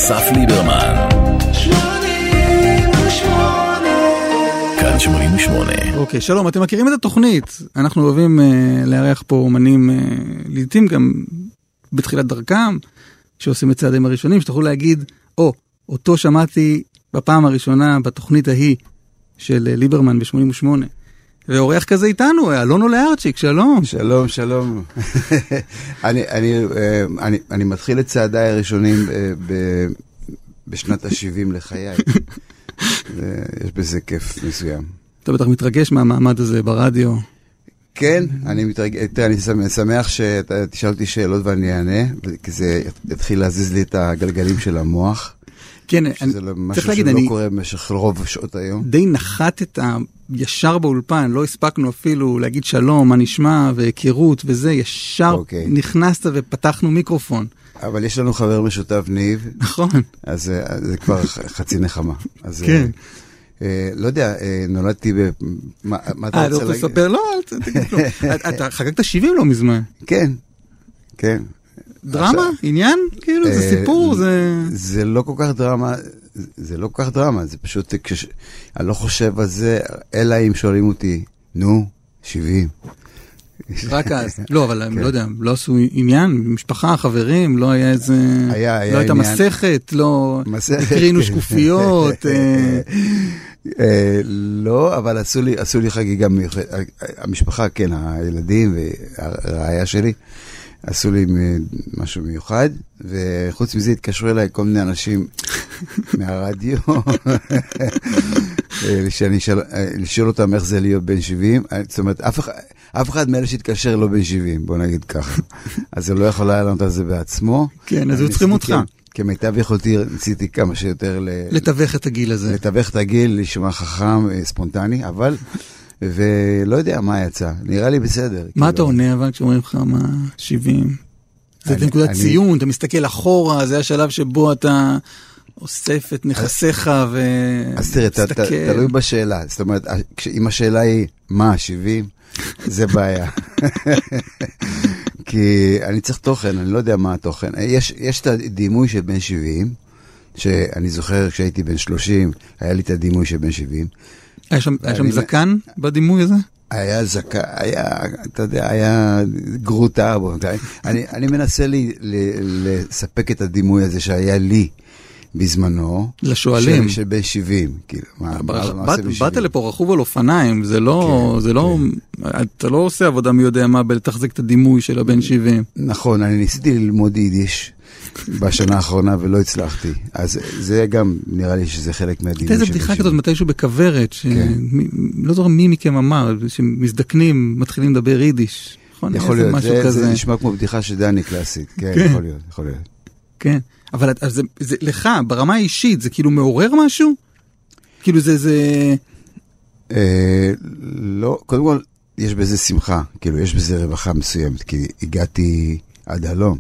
אסף ליברמן. 88 כאן 88. אוקיי, שלום, אתם מכירים את התוכנית. אנחנו אוהבים לארח פה אומנים, לעתים גם בתחילת דרכם, שעושים את צעדים הראשונים, שתוכלו להגיד, אותו שמעתי בפעם הראשונה בתוכנית ההיא של ליברמן ב-88. ואורח כזה איתנו, אלון אולארצ'יק, שלום. שלום, שלום. אני מתחיל את צעדיי הראשונים בשנת ה-70 לחיי. יש בזה כיף מסוים. אתה בטח מתרגש מהמעמד הזה ברדיו. כן, אני שמח שאתה תשאל אותי שאלות ואני אענה, כי זה יתחיל להזיז לי את הגלגלים של המוח. כן, שזה משהו שלא קורה במשך רוב שעות היום. די נחתת ישר באולפן, לא הספקנו אפילו להגיד שלום, מה נשמע, והיכרות וזה, ישר נכנסת ופתחנו מיקרופון. אבל יש לנו חבר משותף ניב. נכון. אז זה כבר חצי נחמה. כן. לא יודע, נולדתי מה אתה רוצה להגיד? תספר, לא, אתה חגגת 70 לא מזמן. כן, כן. דרמה? עניין? כאילו, זה סיפור, זה... זה לא כל כך דרמה, זה פשוט, אני לא חושב על זה, אלא אם שואלים אותי, 70. רק אז. לא, אבל לא יודע, לא עשו עניין, משפחה, חברים, לא היה איזה... לא הייתה מסכת, לא... הקרינו שקופיות. לא, אבל עשו לי חגיגה מיוחדת. המשפחה, כן, הילדים והרעיה שלי, עשו לי משהו מיוחד, וחוץ מזה התקשרו אליי כל מיני אנשים מהרדיו, לשאול אותם איך זה להיות בן 70, זאת אומרת, אף אחד מאלה שהתקשר לא בן 70, בוא נגיד ככה. אז זה לא יכול היה לענות על זה בעצמו. כן, אז צריכים אותך. כמיטב יכולתי, ניסיתי כמה שיותר לתווך את הגיל הזה. לתווך את הגיל, לשמוע חכם, ספונטני, אבל... ולא יודע מה יצא, נראה לי בסדר. מה אתה עונה אבל כשאומרים לך מה 70? זה נקודת ציון, אתה מסתכל אחורה, זה השלב שבו אתה אוסף את נכסיך ומסתכל. אז תראה, תלוי בשאלה, זאת אומרת, אם השאלה היא מה 70, זה בעיה. כי אני צריך תוכן, אני לא יודע מה התוכן. יש את הדימוי של בן 70, שאני זוכר כשהייתי בן 30, היה לי את הדימוי של בן 70, היה שם זקן בדימוי הזה? היה זקן, אתה יודע, היה גרוטה. אני מנסה לספק את הדימוי הזה שהיה לי בזמנו. לשואלים. של בן 70. באת לפה רכוב על אופניים, זה לא, אתה לא עושה עבודה מי יודע מה בלתחזק את הדימוי של הבן 70. נכון, אני ניסיתי ללמוד יידיש. בשנה האחרונה ולא הצלחתי. אז זה גם נראה לי שזה חלק מהדימוי. הייתה איזו בדיחה כזאת מתישהו בכוורת, לא זוכר מי מכם אמר, שמזדקנים, מתחילים לדבר יידיש. יכול להיות, זה נשמע כמו בדיחה של דני קלאסית. כן, יכול להיות. כן, אבל לך, ברמה האישית, זה כאילו מעורר משהו? כאילו זה... לא, קודם כל, יש בזה שמחה, כאילו יש בזה רווחה מסוימת, כי הגעתי עד הלום.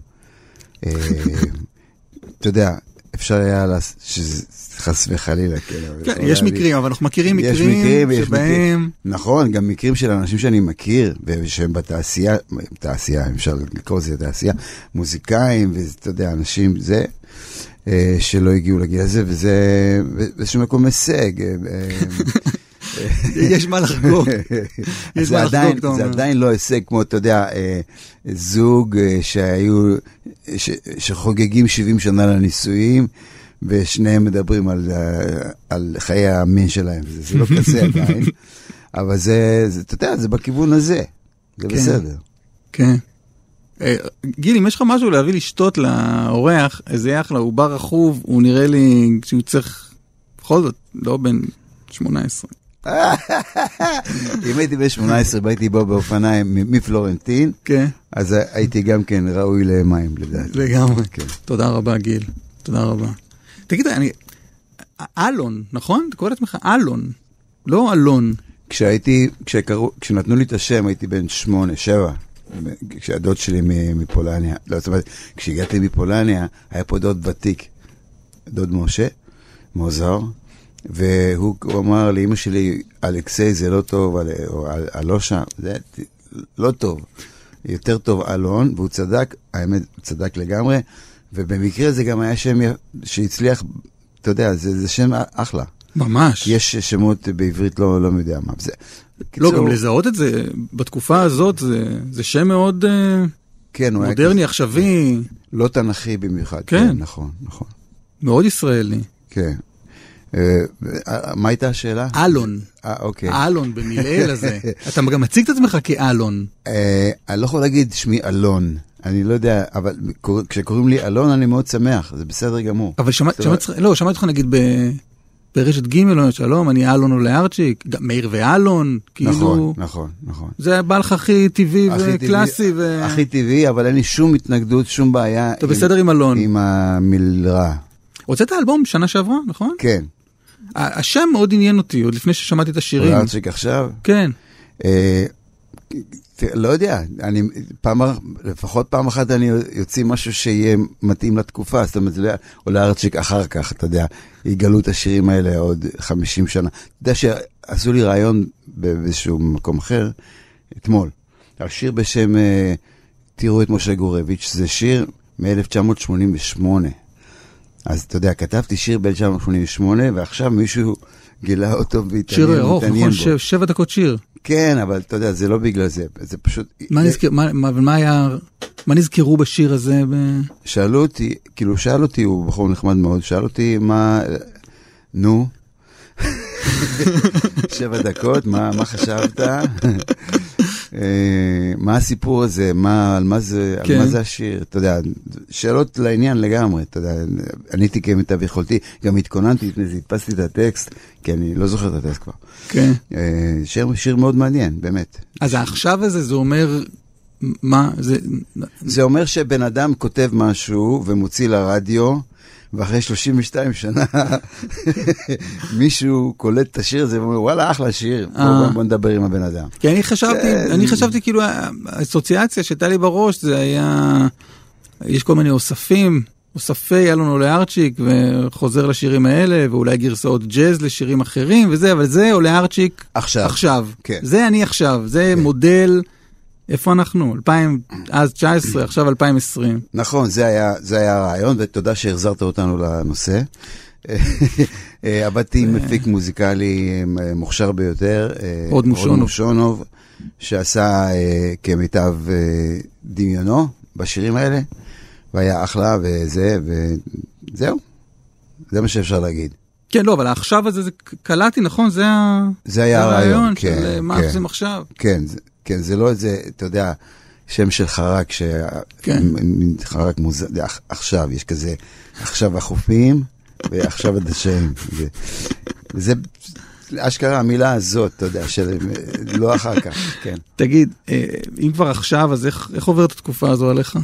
אתה יודע, אפשר היה שזה חס וחלילה. יש מקרים, אבל אנחנו מכירים מקרים שבהם... נכון, גם מקרים של אנשים שאני מכיר, ושהם בתעשייה, אפשר לקרוא לזה תעשייה, מוזיקאים, ואתה יודע, אנשים, זה, שלא הגיעו לגיל הזה, וזה באיזשהו מקום הישג. יש מה לחגוג. זה עדיין לא הישג כמו, אתה יודע, זוג שחוגגים 70 שנה לנישואים, ושניהם מדברים על חיי המין שלהם. זה לא כזה עדיין, אבל זה, אתה יודע, זה בכיוון הזה. זה בסדר. כן. גיל, אם יש לך משהו להביא לשתות לאורח, איזה אחלה, הוא בר רכוב, הוא נראה לי שהוא צריך, בכל זאת, לא בין 18. אם הייתי ב-18, הייתי בו באופניים מפלורנטין, אז הייתי גם כן ראוי למים, לדעת. לגמרי. תודה רבה, גיל. תודה רבה. תגיד, אלון, נכון? אתה קורא לעצמך אלון, לא אלון. כשנתנו לי את השם, הייתי בן 8, 7. כשהדוד שלי מפולניה, לא, זאת אומרת, כשהגעתי מפולניה, היה פה דוד ותיק, דוד משה, מוזר, והוא אמר לאמא שלי, אלכסי זה לא טוב, או אלושה, זה לא טוב, יותר טוב אלון, והוא צדק, האמת, צדק לגמרי, ובמקרה זה גם היה שם שהצליח, אתה יודע, זה שם אחלה. ממש. יש שמות בעברית לא יודע מה. לא, גם לזהות את זה, בתקופה הזאת, זה שם מאוד מודרני, עכשווי. לא תנכי במיוחד. כן. נכון. מאוד ישראלי. כן. מה הייתה השאלה? אלון. אוקיי. אלון במילאל הזה. אתה גם מציג את עצמך כאלון. אני לא יכול להגיד שמי אלון. אני לא יודע, אבל כשקוראים לי אלון אני מאוד שמח, זה בסדר גמור. אבל שמעתי אותך נגיד ברשת ג' שלום, אני אלון אולארצ'יק, מאיר ואלון, כאילו... נכון. זה בא לך הכי טבעי וקלאסי. הכי טבעי, אבל אין לי שום התנגדות, שום בעיה. אתה בסדר עם אלון. עם המלרע. הוצאת האלבום שנה שעברה, נכון? כן. השם מאוד עניין אותי, עוד לפני ששמעתי את השירים. אולארצ'יק עכשיו? כן. לא יודע, לפחות פעם אחת אני יוציא משהו שיהיה מתאים לתקופה, זאת אומרת, אולארצ'יק אחר כך, אתה יודע, יגלו את השירים האלה עוד 50 שנה. אתה יודע שעשו לי רעיון באיזשהו מקום אחר, אתמול, השיר בשם תראו את משה גורביץ', זה שיר מ-1988. אז אתה יודע, כתבתי שיר ב-1988, ועכשיו מישהו גילה אותו והתעניין בו. שיר ארוך, נכון, 7 דקות שיר. כן, אבל אתה יודע, זה לא בגלל זה, זה פשוט... מה נזכרו בשיר הזה? שאל אותי, הוא בחור נחמד מאוד, שאל אותי מה... נו, 7 דקות, מה חשבת? מה הסיפור הזה? על מה זה השיר? אתה יודע, שאלות לעניין לגמרי, אתה יודע, עניתי כמיטב יכולתי, גם התכוננתי, הדפסתי את הטקסט, כי אני לא זוכר את הטקסט כבר. כן. שיר מאוד מעניין, באמת. אז עכשיו הזה, זה אומר, מה? זה אומר שבן אדם כותב משהו ומוציא לרדיו, ואחרי 32 שנה, מישהו קולט את השיר הזה, ואומר, וואלה, אחלה שיר, בוא נדבר עם הבן אדם. כי אני חשבתי כאילו, האסוציאציה שהייתה לי בראש, זה היה, יש כל מיני אוספי אלון אולארצ'יק, וחוזר לשירים האלה, ואולי גרסאות ג'אז לשירים אחרים, וזה, אבל זה אולארצ'יק עכשיו. זה אני עכשיו, זה מודל... איפה אנחנו? 2019, עכשיו 2020. נכון, זה היה הרעיון, ותודה שהחזרת אותנו לנושא. עבדתי עם מפיק מוזיקלי מוכשר ביותר, עוד מושונוב, שעשה כמיטב דמיונו בששירים האלה, והיה אחלה וזהו. זה מה שאפשר להגיד. כן, לא, אבל עכשיו הזה, קלטתי, נכון? זה היה הרעיון, כן. של מה עושים עכשיו. כן, זה לא איזה, אתה יודע, שם של חרק, חרק מוזר, עכשיו, יש כזה, עכשיו החופים, ועכשיו הדשאים. זה אשכרה המילה הזאת, אתה יודע, לא אחר כך, כן. תגיד, אם כבר עכשיו, אז איך עוברת התקופה הזו עליך?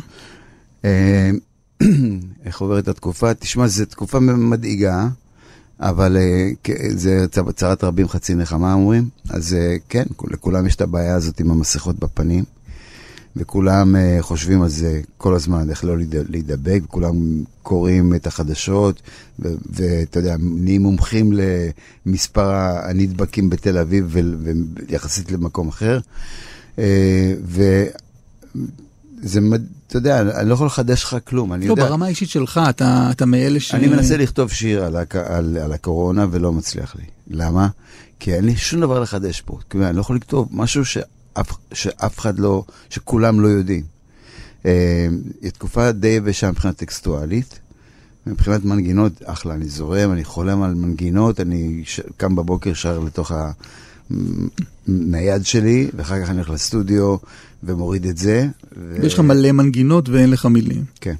איך עוברת התקופה? תשמע, זו תקופה מדאיגה, אבל זה צרת רבים חצי נחמה אומרים, אז כן, לכולם יש את הבעיה הזאת עם המסכות בפנים, וכולם חושבים על זה כל הזמן, איך לא להידבק, וכולם קוראים את החדשות, ואתה יודע, נהיים מומחים למספר הנדבקים בתל אביב, ויחסית למקום אחר, וזה, אתה יודע, אני לא יכול לחדש לך כלום. לא, ברמה האישית שלך, אתה מאלה ש... אני מנסה לכתוב שיר על הקורונה ולא מצליח לי. למה? כי אין לי שום דבר לחדש פה. אני לא יכול לכתוב משהו שאף אחד לא, שכולם לא יודעים. היא תקופה די יבשה מבחינת טקסטואלית, מבחינת מנגינות, אחלה, אני זורם, אני חולם על מנגינות, אני קם בבוקר שר לתוך הנייד שלי, ואחר כך אני הולך לסטודיו ומוריד את זה. יש לך מלא מנגינות ואין לך מילים. כן.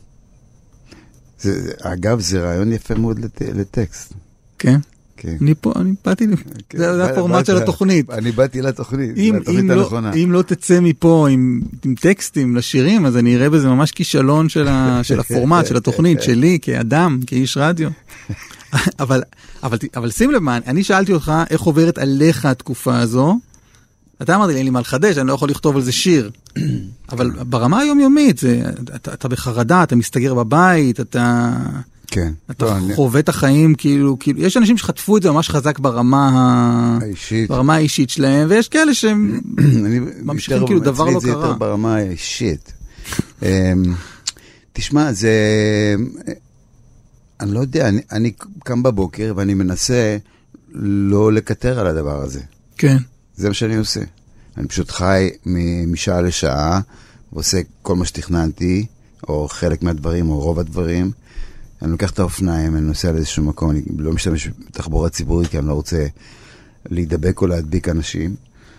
אגב, זה רעיון יפה מאוד לטקסט. כן? אני באתי, זה הפורמט של התוכנית. אני באתי לתוכנית, לתוכנית הנכונה. אם לא תצא מפה עם טקסטים לשירים, אז אני אראה בזה ממש כישלון של הפורמט, של התוכנית, שלי, כאדם, כאיש רדיו. אבל שים לב, אני שאלתי אותך איך עוברת עליך התקופה הזו, אתה אמרתי לי, אין לי מה לחדש, אני לא יכול לכתוב על זה שיר. אבל ברמה היומיומית, אתה בחרדה, אתה מסתגר בבית, אתה חווה את החיים, כאילו, יש אנשים שחטפו את זה ממש חזק ברמה האישית שלהם, ויש כאלה שהם ממשיכים כאילו דבר לא קרה. זה יותר ברמה האישית. תשמע, זה... אני לא יודע, אני קם בבוקר ואני מנסה לא לקטר על הדבר הזה. כן. זה מה שאני עושה. אני פשוט חי משעה לשעה, ועושה כל מה שתכננתי, או חלק מהדברים, או רוב הדברים. אני לוקח את האופניים, אני נוסע לאיזשהו מקום, אני לא משתמש בתחבורה ציבורית, כי אני לא רוצה להידבק או להדביק אנשים.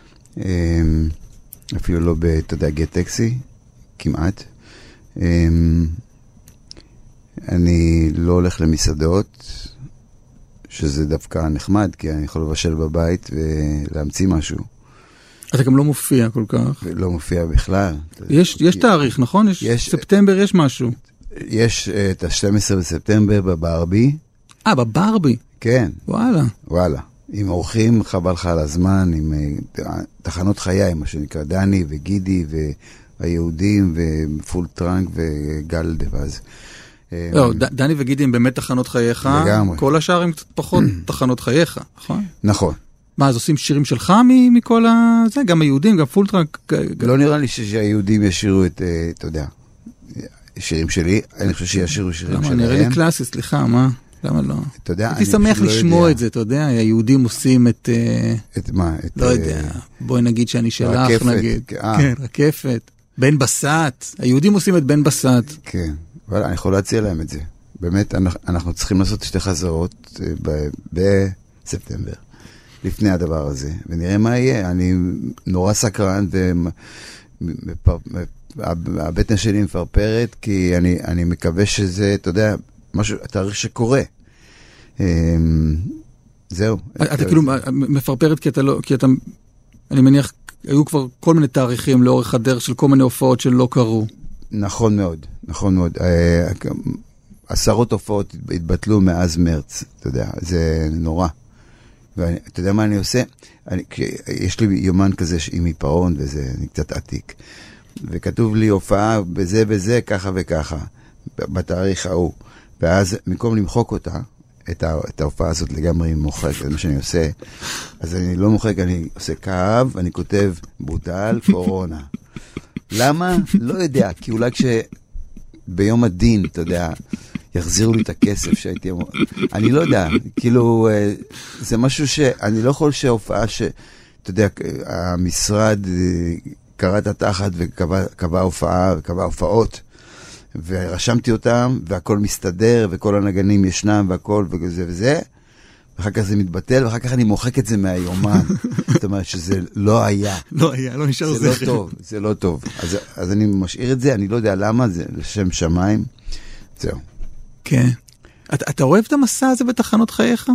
אפילו לא אתה יודע, גט טקסי, כמעט. אני לא הולך למסעדות, שזה דווקא נחמד, כי אני יכול לבשל בבית ולהמציא משהו. אתה גם לא מופיע כל כך. לא מופיע בכלל. יש תאריך, נכון? יש ספטמבר, יש משהו. יש את ה-12 בספטמבר בברבי. בברבי? כן. וואלה. עם אורחים, חבל לך על הזמן, עם תחנות חיי, מה שנקרא, דני וגידי והיהודים ופול טרנק וגל דבאז. לא, דני וגידי הם באמת תחנות חייך. לגמרי. כל השאר הם קצת פחות תחנות חייך, נכון? נכון. מה, אז עושים שירים שלך מכל זה? גם היהודים, גם פול טרנק? לא נראה לי שהיהודים ישירו את, אתה יודע, שירים שלי. אני חושב שישירו שירים שלהם. נראה לי קלאסי, סליחה, מה? למה לא? אתה יודע, הייתי שמח לשמוע את זה, אתה יודע, היהודים עושים את... את מה? לא יודע, בואי נגיד שאני שלך, נגיד. כן, רקפת. בן בסט. היהודים עושים את בן בסט. כן, אבל אני יכול להציע להם את זה. באמת, אנחנו צריכים לעשות שתי חזרות בספטמבר, לפני הדבר הזה, ונראה מה יהיה. אני נורא סקרן, והבטן שלי מפרפרת, כי אני מקווה שזה, אתה יודע, משהו, תאריך שקורה. זהו. אתה כאילו מפרפרת כי אתה, אני מניח, היו כבר כל מיני תאריכים לאורך הדרך של כל מיני הופעות שלא קרו. נכון מאוד, נכון מאוד. עשרות הופעות התבטלו מאז מרץ, אתה יודע, זה נורא. ואתה יודע מה אני עושה? יש לי יומן כזה עם עיפרון וזה, אני קצת עתיק. וכתוב לי הופעה בזה וזה, ככה וככה, בתאריך ההוא. ואז במקום למחוק אותה, את ההופעה הזאת לגמרי מוחק, זה מה שאני עושה. אז אני לא מוחק, אני עושה קו, אני כותב בוטל קורונה. למה? לא יודע, כי אולי ביום הדין, אתה יודע, יחזירו לי את הכסף שהייתי אמור. אני לא יודע, כאילו, זה משהו שאני לא יכול שההופעה אתה יודע, המשרד קרא את התחת וקבע הופעה וקבע הופעות, ורשמתי אותם, והכל מסתדר, וכל הנגנים ישנם, והכל וזה וזה, ואחר כך זה מתבטל, ואחר כך אני מוחק את זה מהיומן. זאת אומרת שזה לא היה. לא היה, לא נשאר זה. זה לא טוב, זה לא טוב. אז אני משאיר את זה, אני לא יודע למה, זה לשם שמיים. זהו. כן. אתה אוהב את המסע הזה בתחנות חייך?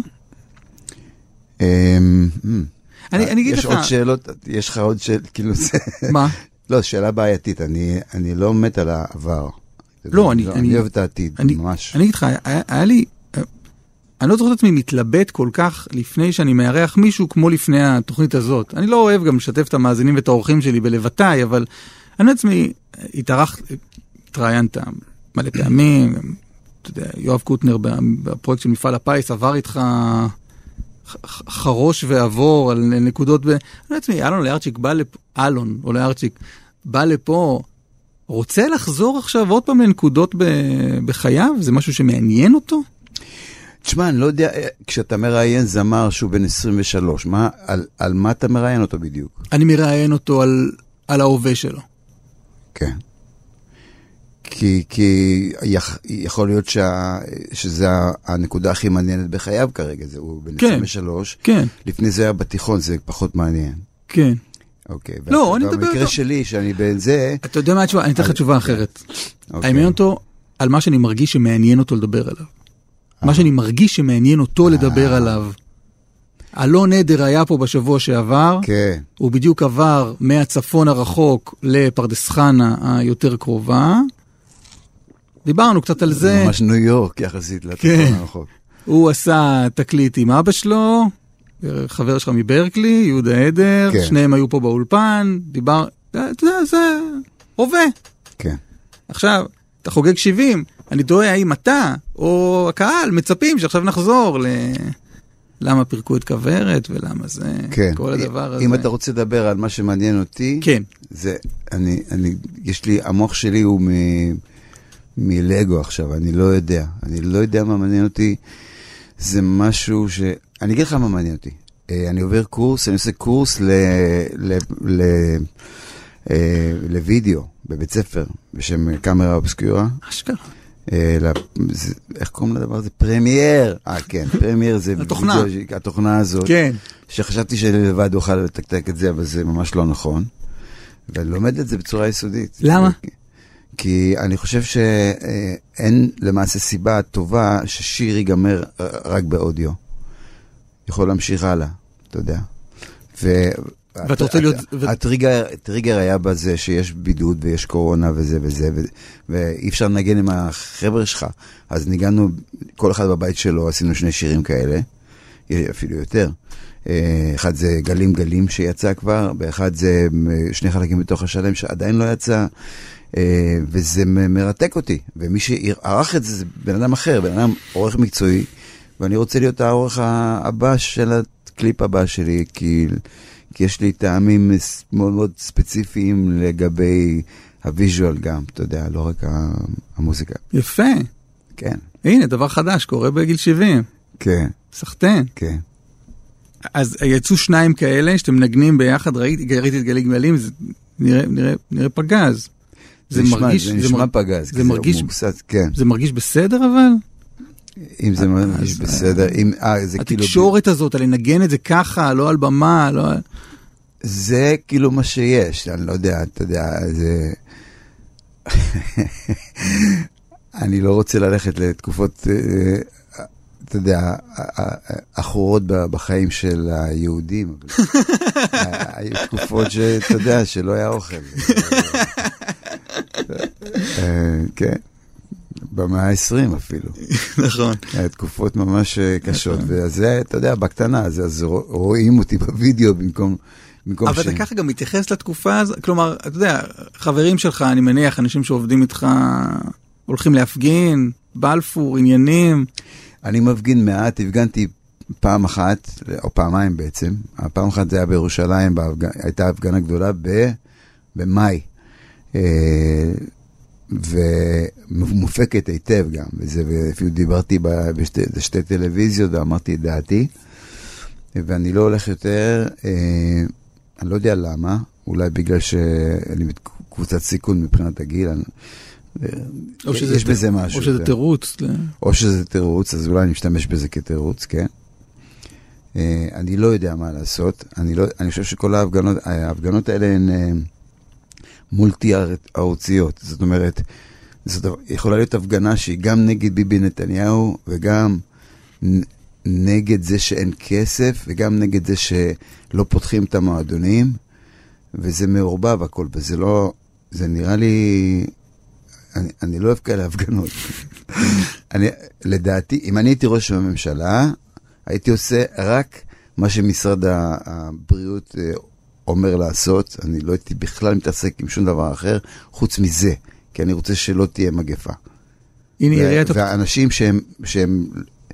אני אגיד לך. יש עוד שאלות, יש לך עוד שאלות, כאילו זה... מה? לא, שאלה בעייתית, אני לא מת על העבר. לא, אני אוהב את העתיד, ממש. אני אגיד לך, היה לי... אני לא זוכר את עצמי מתלבט כל כך לפני שאני מארח מישהו כמו לפני התוכנית הזאת. אני לא אוהב גם לשתף את המאזינים ואת האורחים שלי בלבטיי, אבל אני עצמי התראיינת מלא פעמים, אתה יודע, יואב קוטנר בפרויקט של מפעל הפיס עבר איתך חרוש ועבור על נקודות, אני עצמי, אלון או לארצ'יק בא לפה, רוצה לחזור עכשיו עוד פעם לנקודות בחייו? זה משהו שמעניין אותו? תשמע, אני לא יודע, כשאתה מראיין זמר שהוא בן 23, על מה אתה מראיין אותו בדיוק? אני מראיין אותו על ההווה שלו. כן. כי יכול להיות שזה הנקודה הכי מעניינת בחייו כרגע, הוא בן 23. כן. לפני זה היה בתיכון, זה פחות מעניין. כן. אוקיי. לא, אני מדבר... במקרה שלי, שאני בין זה... אתה יודע מה התשובה? אני אתן לך תשובה אחרת. אני אותו על מה שאני מרגיש שמעניין אותו לדבר עליו. מה שאני מרגיש שמעניין אותו לדבר עליו. אלון עדר היה פה בשבוע שעבר. כן. הוא בדיוק עבר מהצפון הרחוק לפרדס חנה היותר קרובה. דיברנו קצת על זה. ממש ניו יורק יחסית לצפון הרחוק. הוא עשה תקליט עם אבא שלו, חבר שלך מברקלי, יהודה עדר, שניהם היו פה באולפן, דיבר, אתה יודע, זה הווה. כן. עכשיו, אתה חוגג 70, אני תוהה האם אתה או הקהל מצפים שעכשיו נחזור למה פרקו את כוורת ולמה זה, כל הדבר הזה. אם אתה רוצה לדבר על מה שמעניין אותי, כן. זה, יש לי, המוח שלי הוא מלגו עכשיו, אני לא יודע מה מעניין אותי, זה משהו אני אגיד לך מה מעניין אותי, אני עובר קורס, אני עושה קורס לוידאו בבית ספר, בשם קאמרה אובסקיורה. אשכרה. איך קוראים לדבר הזה? פרמייר. כן, פרמייר זה התוכנה הזאת. כן. שחשבתי שלבד אוכל לתקתק את זה, אבל זה ממש לא נכון. ואני לומד את זה בצורה יסודית. למה? כי אני חושב שאין למעשה סיבה טובה ששיר ייגמר רק באודיו. יכול להמשיך הלאה, אתה יודע. ואתה רוצה להיות... הטריגר היה בזה שיש בידוד ויש קורונה וזה וזה, ואי אפשר לנגן עם החבר'ה שלך. אז ניגענו, כל אחד בבית שלו, עשינו 2 שירים כאלה, אפילו יותר. אחד זה גלים גלים שיצא כבר, ואחד זה 2 חלקים בתוך השלם שעדיין לא יצא, וזה מרתק אותי. ומי שערך את זה זה בן אדם אחר, בן אדם עורך מקצועי, ואני רוצה להיות העורך הבא של הקליפ הבא שלי, כי יש לי טעמים מאוד מאוד ספציפיים לגבי הוויז'ואל גם, אתה יודע, לא רק המוזיקה. יפה. כן. הנה, דבר חדש, קורה בגיל 70. כן. סחטן. כן. אז יצאו 2 כאלה, שאתם נגנים ביחד, ראיתי את גלים גלים, זה נראה פגז. זה נשמע פגז, זה מרגיש, כן. זה מרגיש בסדר אבל? אם זה מרגיש בסדר, התקשורת הזאת, לנגן את זה ככה, לא על במה, לא... זה כאילו מה שיש, אני לא יודע, אתה יודע, זה... אני לא רוצה ללכת לתקופות, אתה יודע, אחרות בחיים של היהודים, היו תקופות שאתה יודע, שלא היה אוכל. כן. במאה ה-20 אפילו. נכון. תקופות ממש קשות, וזה, אתה יודע, בקטנה, אז רואים אותי בווידאו במקום אבל אתה ככה גם מתייחס לתקופה הזאת, כלומר, אתה יודע, חברים שלך, אני מניח, אנשים שעובדים איתך, הולכים להפגין, בלפור, עניינים. אני מפגין מעט, הפגנתי פעם אחת, או פעמיים בעצם, הפעם אחת זה היה בירושלים, הייתה הפגנה גדולה במאי, ומופקת היטב גם, ואפילו דיברתי בשתי טלוויזיות ואמרתי את דעתי, ואני לא הולך יותר, אני לא יודע למה, אולי בגלל שאני בקבוצת סיכון מבחינת הגיל, יש בזה משהו. או שזה תירוץ. או שזה תירוץ, אז אולי אני משתמש בזה כתירוץ, כן. אני לא יודע מה לעשות, אני חושב שכל ההפגנות האלה הן מולטי-ארציות, זאת אומרת, יכולה להיות הפגנה שהיא גם נגד ביבי נתניהו, וגם נגד זה שאין כסף, וגם נגד זה שלא פותחים את המועדונים, וזה מעורבב הכל, וזה לא, זה נראה לי, אני לא אוהב כאלה הפגנות. לדעתי, אם אני הייתי ראש הממשלה, הייתי עושה רק מה שמשרד הבריאות אומר לעשות, אני לא הייתי בכלל מתעסק עם שום דבר אחר, חוץ מזה, כי אני רוצה שלא תהיה מגפה. והאנשים שהם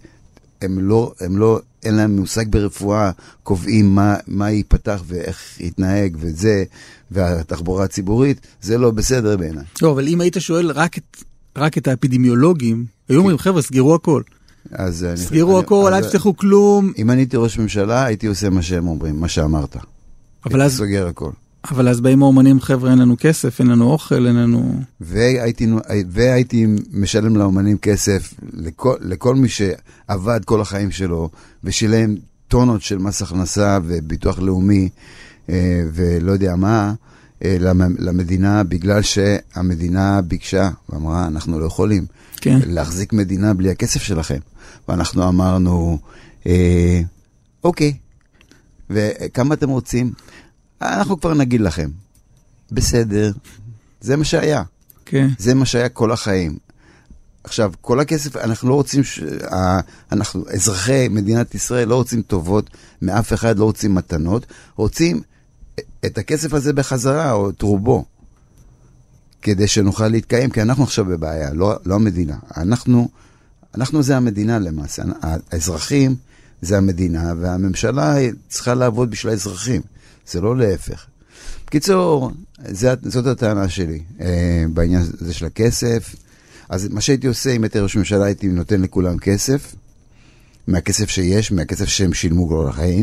אין להם מושג ברפואה, קובעים מה ייפתח ואיך יתנהג וזה, והתחבורה הציבורית, זה לא בסדר בעיניי. לא, אבל אם היית שואל רק את האפידמיולוגים, היו אומרים, חבר'ה, סגרו הכל. סגרו הכל, אל תפתחו כלום. אם אני הייתי ראש ממשלה, הייתי עושה מה שהם אומרים, מה שאמרת. הייתי סוגר הכל. אבל אז באים האומנים, חבר'ה, אין לנו כסף, אין לנו אוכל, אין לנו... והייתי משלם לאומנים כסף לכל מי שעבד כל החיים שלו, ושילם טונות של מס הכנסה וביטוח לאומי, ולא יודע מה, למדינה, בגלל שהמדינה ביקשה, ואמרה, אנחנו לא יכולים להחזיק מדינה בלי הכסף שלכם. ואנחנו אמרנו, אוקיי, וכמה אתם רוצים? אנחנו כבר נגיד לכם. בסדר, זה מה שהיה. זה מה שהיה כל החיים. עכשיו, כל הכסף, אנחנו לא רוצים, אנחנו, אזרחי מדינת ישראל, לא רוצים טובות מאף אחד, לא רוצים מתנות, רוצים את הכסף הזה בחזרה, או את רובו, כדי שנוכל להתקיים, כי אנחנו עכשיו בבעיה, לא המדינה. אנחנו זה המדינה למעשה. האזרחים זה המדינה, והממשלה צריכה לעבוד בשביל האזרחים. זה לא להפך. בקיצור, זאת הטענה שלי בעניין הזה של הכסף. אז מה שהייתי עושה, אם הייתי ראש ממשלה, הייתי נותן לכולם כסף, מהכסף שיש, מהכסף שהם שילמו כל החיים,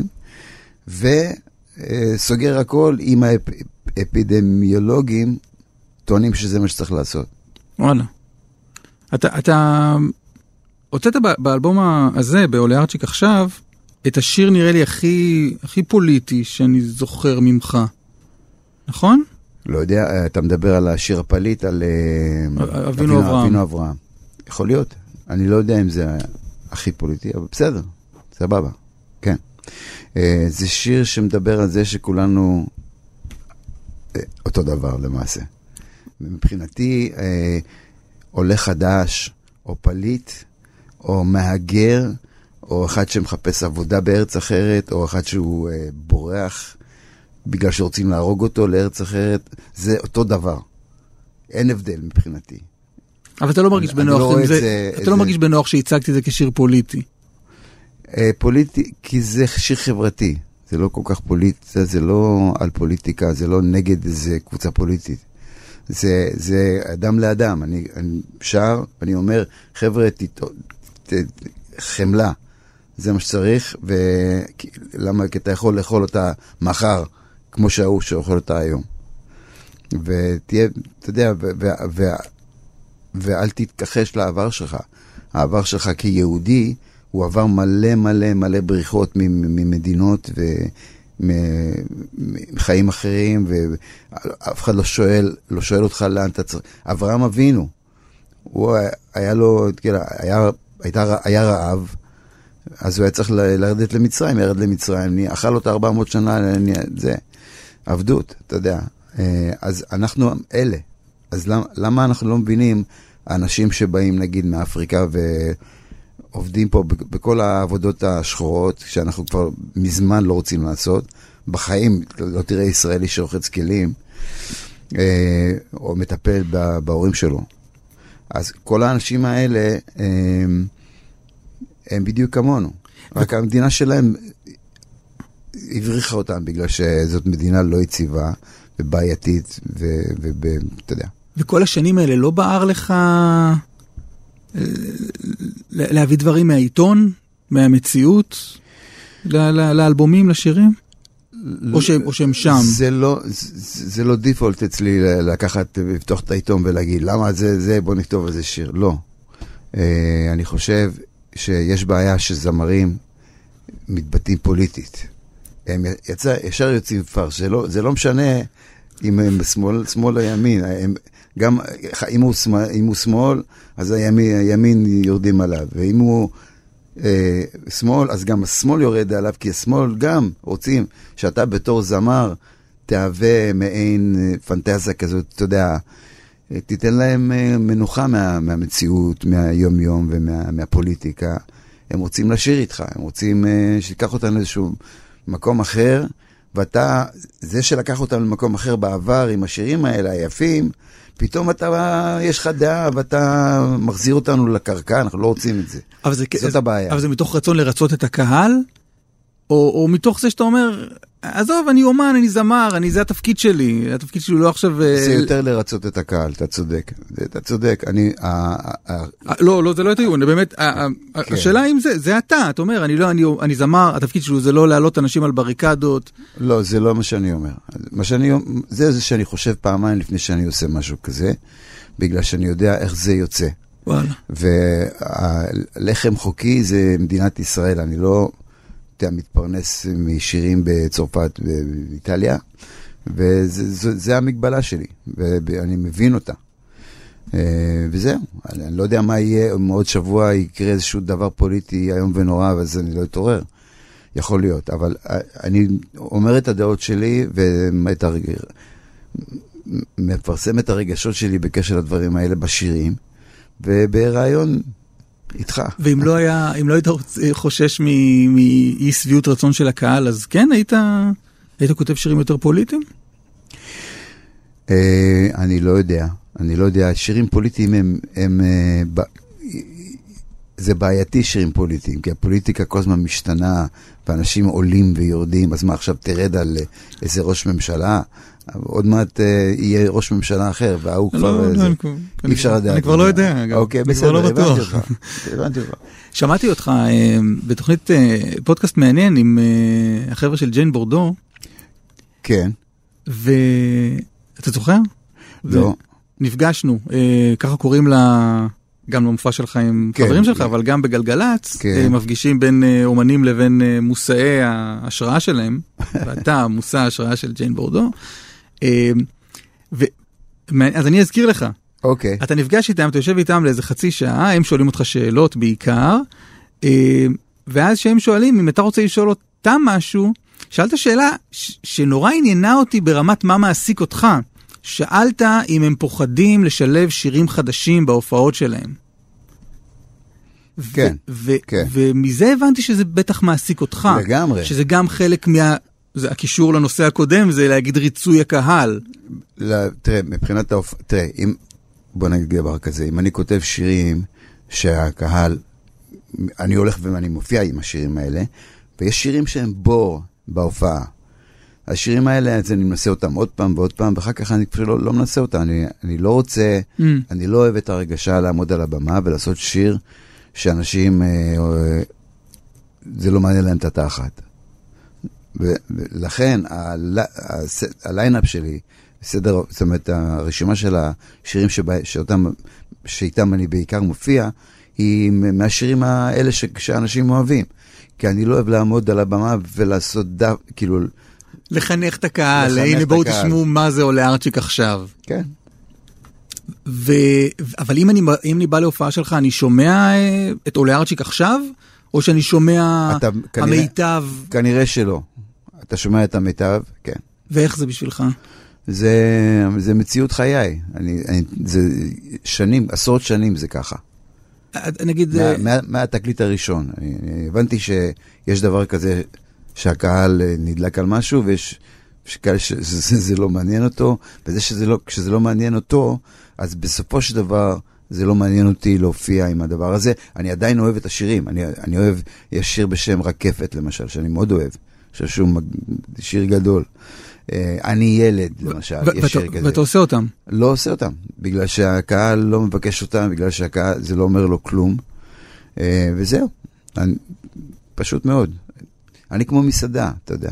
וסוגר הכל עם האפידמיולוגים, טוענים שזה מה שצריך לעשות. וואלה. אתה הוצאת באלבום הזה, בעולה ארצ'יק עכשיו, את השיר נראה לי הכי פוליטי שאני זוכר ממך. נכון? לא יודע, אתה מדבר על השיר הפליט, על אבינו אברהם. יכול להיות. אני לא יודע אם זה הכי פוליטי, אבל בסדר, סבבה. כן. זה שיר שמדבר על זה שכולנו אותו דבר למעשה. מבחינתי, עולה חדש, או פליט, או מהגר, או אחד שמחפש עבודה בארץ אחרת, או אחד שהוא בורח, בגלל שרוצים להרוג אותו לארץ אחרת, זה אותו דבר. אין הבדל מבחינתי. אבל אתה לא מרגיש בנוח, אתה לא מרגיש בנוח שהצגתי את זה כשיר פוליטי. פוליטי, כי זה שיר חברתי. זה לא כל כך פוליטי, זה לא על פוליטיקה, זה לא נגד איזה קבוצה פוליטית. זה אדם לאדם. אני שר, אני אומר, חבר'ה, חמלה. זה מה שצריך, ולמה? כי אתה יכול לאכול אותה מחר, כמו שההוא שאוכל אותה היום. ותהיה, אתה יודע, ואל תתכחש לעבר שלך. העבר שלך כיהודי, הוא עבר מלא בריחות ממדינות ומחיים אחרים, ואף אחד לא שואל אותך לאן אתה צריך. אברהם אבינו, הוא היה לו, היה רעב, אז הוא היה צריך לרדת למצרים, ירד למצרים, אכל אותה 400 שנה, זה עבדות, אתה יודע. אז אנחנו אלה. אז למה אנחנו לא מבינים האנשים שבאים, נגיד, מאפריקה ועובדים פה בכל העבודות השחורות, שאנחנו כבר מזמן לא רוצים לעשות, בחיים לא תראה ישראלי שרוחץ כלים, או מטפל בהורים שלו. אז כל האנשים האלה, הם בדיוק כמונו. רק המדינה שלהם הבריחה אותם, בגלל שזאת מדינה לא יציבה ובעייתית, ואתה יודע. וכל השנים האלה לא בער לך להביא דברים מהעיתון, מהמציאות, לאלבומים, לשירים? או שהם שם? זה לא דיפולט אצלי לקחת, לפתוח את העיתון ולהגיד, למה זה, בוא נכתוב על זה שיר. לא. אני חושב שיש בעיה שזמרים מתבטאים פוליטית. הם ישר יוצאים פרש. זה לא משנה אם הם שמאל או ימין. גם אם הוא שמאל, אז הימין יורדים עליו. ואם הוא שמאל, אז גם השמאל יורד עליו, כי השמאל גם רוצים שאתה בתור זמר תהווה מעין פנטזיה כזאת, אתה יודע, תיתן להם מנוחה מהמציאות, מהיום-יום ומהפוליטיקה. הם רוצים לשיר איתך, הם רוצים שיקח אותם לאיזשהו מקום אחר, ואתה, זה שלקח אותם למקום אחר בעבר עם השירים האלה היפים, פתאום יש לך דעה ואתה מחזיר אותנו לקרקע, אנחנו לא רוצים את זה. זאת הבעיה. אבל זה מתוך רצון לרצות את הקהל, או מתוך זה שאתה אומר, עזוב, אני אומן, אני זמר, זה התפקיד שלי. התפקיד שלי לא עכשיו... זה יותר לרצות את הקהל, אתה צודק. אתה צודק. לא, זה לא את היון. באמת, השאלה אם זה אתה אומר, אני זמר, התפקיד שלי זה לא להעלות אנשים על בריקדות. לא, זה לא מה שאני אומר. זה שאני חושב פעמיים לפני שאני עושה משהו כזה, בגלל שאני יודע איך זה יוצא. וואלה. והלחם חוקי זה מדינת ישראל, אני לא... אתה מתפרנס משירים בצרפת ובאיטליה, וזה המגבלה שלי, ואני מבין אותה. וזהו, אני לא יודע מה יהיה, אם עוד שבוע יקרה איזשהו דבר פוליטי היום ונורא, אז אני לא אתעורר. יכול להיות, אבל אני אומר את הדעות שלי, ומפרסם את הרגשות שלי בקשר לדברים האלה בשירים, וברעיון... איתך. ואם לא היית חושש מאי סביעות רצון של הקהל, אז כן, היית כותב שירים יותר פוליטיים? אני לא יודע. שירים פוליטיים זה בעייתי שירים פוליטיים, כי הפוליטיקה כל הזמן משתנה, ואנשים עולים ויורדים, אז מה עכשיו תרד על איזה ראש ממשלה? עוד מעט יהיה ראש ממשלה אחר, והוא כבר... אי אפשר לדעת. אני כבר לא יודע. אוקיי, בסדר, הבנתי אותך. שמעתי אותך בתוכנית פודקאסט מעניין עם החבר'ה של ג'יין בורדו. כן. ואתה זוכר? לא. נפגשנו, ככה קוראים לה... גם למופע שלך עם חברים שלך, אבל גם בגלגלץ, מפגישים בין אומנים לבין מושאי ההשראה שלהם, ואתה מושא ההשראה של ג'יין בורדו. אז אני אזכיר לך. אוקיי. אתה נפגש איתם, אתה יושב איתם לאיזה חצי שעה, הם שואלים אותך שאלות בעיקר, ואז שהם שואלים, אם אתה רוצה לשאול אותם משהו, שאלת שאלה שנורא עניינה אותי ברמת מה מעסיק אותך. שאלת אם הם פוחדים לשלב שירים חדשים בהופעות שלהם. כן. ומזה הבנתי שזה בטח מעסיק אותך. לגמרי. שזה גם חלק הקישור לנושא הקודם, זה להגיד ריצוי הקהל. תראה, מבחינת תראה, בוא נגיד דבר כזה, אם אני כותב שירים שהקהל, אני הולך ואני מופיע עם השירים האלה, ויש שירים שהם בור בהופעה. השירים האלה, אז אני מנסה אותם עוד פעם ועוד פעם, ואחר כך אני פשוט לא מנסה אותם. אני לא רוצה, אני לא אוהב את הרגשה לעמוד על הבמה ולעשות שיר שאנשים, זה לא מעניין להם את התחת. ולכן, הליינאפ שלי, זאת אומרת, הרשימה של השירים שאיתם אני בעיקר מופיע, היא מהשירים האלה שאנשים אוהבים. כי אני לא אוהב לעמוד על הבמה ולעשות כאילו... לחנך את הקהל, הנה בואו תשמעו מה זה עולה ארצ'יק עכשיו. כן. אבל אם אני בא להופעה שלך, אני שומע את עולה ארצ'יק עכשיו, או שאני שומע המיטב? כנראה שלא. אתה שומע את המיטב, כן. ואיך זה בשבילך? זה מציאות חיי. זה שנים, עשרות שנים זה ככה. נגיד... מהתקליט הראשון. אני הבנתי שיש דבר כזה שהקהל נדלק על משהו, ויש כאלה שזה לא מעניין אותו, וזה כשזה לא מעניין אותו, אז בסופו של דבר זה לא מעניין אותי להופיע עם הדבר הזה. אני עדיין אוהב את השירים. אני אוהב, יש שיר בשם רקפת למשל, שאני מאוד אוהב. אני חושב שהוא שיר גדול. אני ילד, למשל, יש שיר כזה. ואתה עושה אותם? לא עושה אותם, בגלל שהקהל לא מבקש אותם, בגלל שהקהל, זה לא אומר לו כלום. וזהו. פשוט מאוד. אני כמו מסעדה, אתה יודע.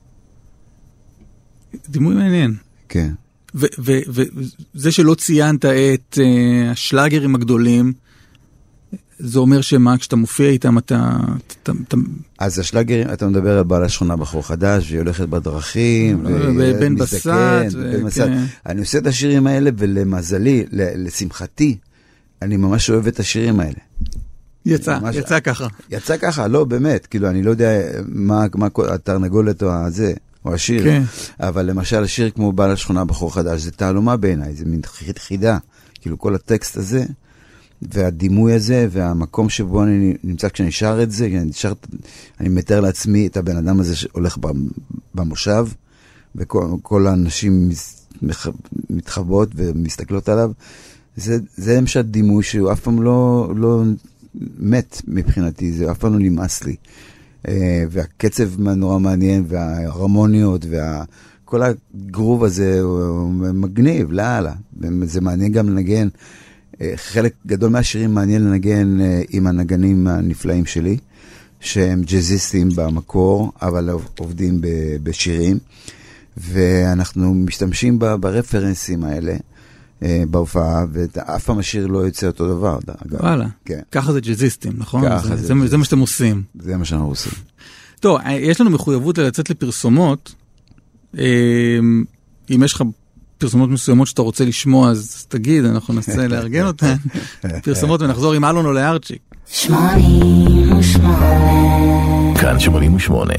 דימוי מעניין. כן. וזה שלא ציינת את השלאגרים הגדולים, זה אומר שמה, כשאתה מופיע איתם, אתה... אז השלאגרים, אתה מדבר על בעל השכונה בחור חדש, והיא הולכת בדרכים, בן בסט. אני עושה את השירים האלה, ולמזלי, לשמחתי, אני ממש אוהב את השירים האלה. יצא ככה. יצא ככה, לא, באמת, כאילו, אני לא יודע מה התרנגולת או הזה, או השיר, אבל למשל, השיר כמו בעל השכונה בחור חדש, זה תעלומה בעיניי, זה מין חידה, כאילו, כל הטקסט הזה, והדימוי הזה, והמקום שבו אני נמצא כשאני שר את זה, אני מתאר לעצמי את הבן אדם הזה שהולך במושב, וכל האנשים מתחבות ומסתכלות עליו, זה למשל דימוי שהוא אף פעם לא מת מבחינתי, זה אף פעם לא נמאס לי. והקצב נורא מעניין, וההרמוניות, כל הגרוב הזה הוא מגניב, לאללה. זה מעניין גם לנגן, חלק גדול מהשירים מעניין לנגן עם הנגנים הנפלאים שלי, שהם ג'זיסטים במקור, אבל עובדים בשירים, ואנחנו משתמשים ברפרנסים האלה, בהופעה, ואף פעם השיר לא יוצא אותו דבר. וואלה, ככה זה ג'זיסטים, נכון? זה מה שאתם עושים. זה מה שאנחנו עושים. טוב, יש לנו מחויבות לצאת לפרסומות, אם יש לך פרסומות מסוימות שאתה רוצה לשמוע, אז תגיד, אנחנו ננסה לארגן אותן. פרסומות ונחזור עם אלון עולה ארצ'יק. 88 כאן 88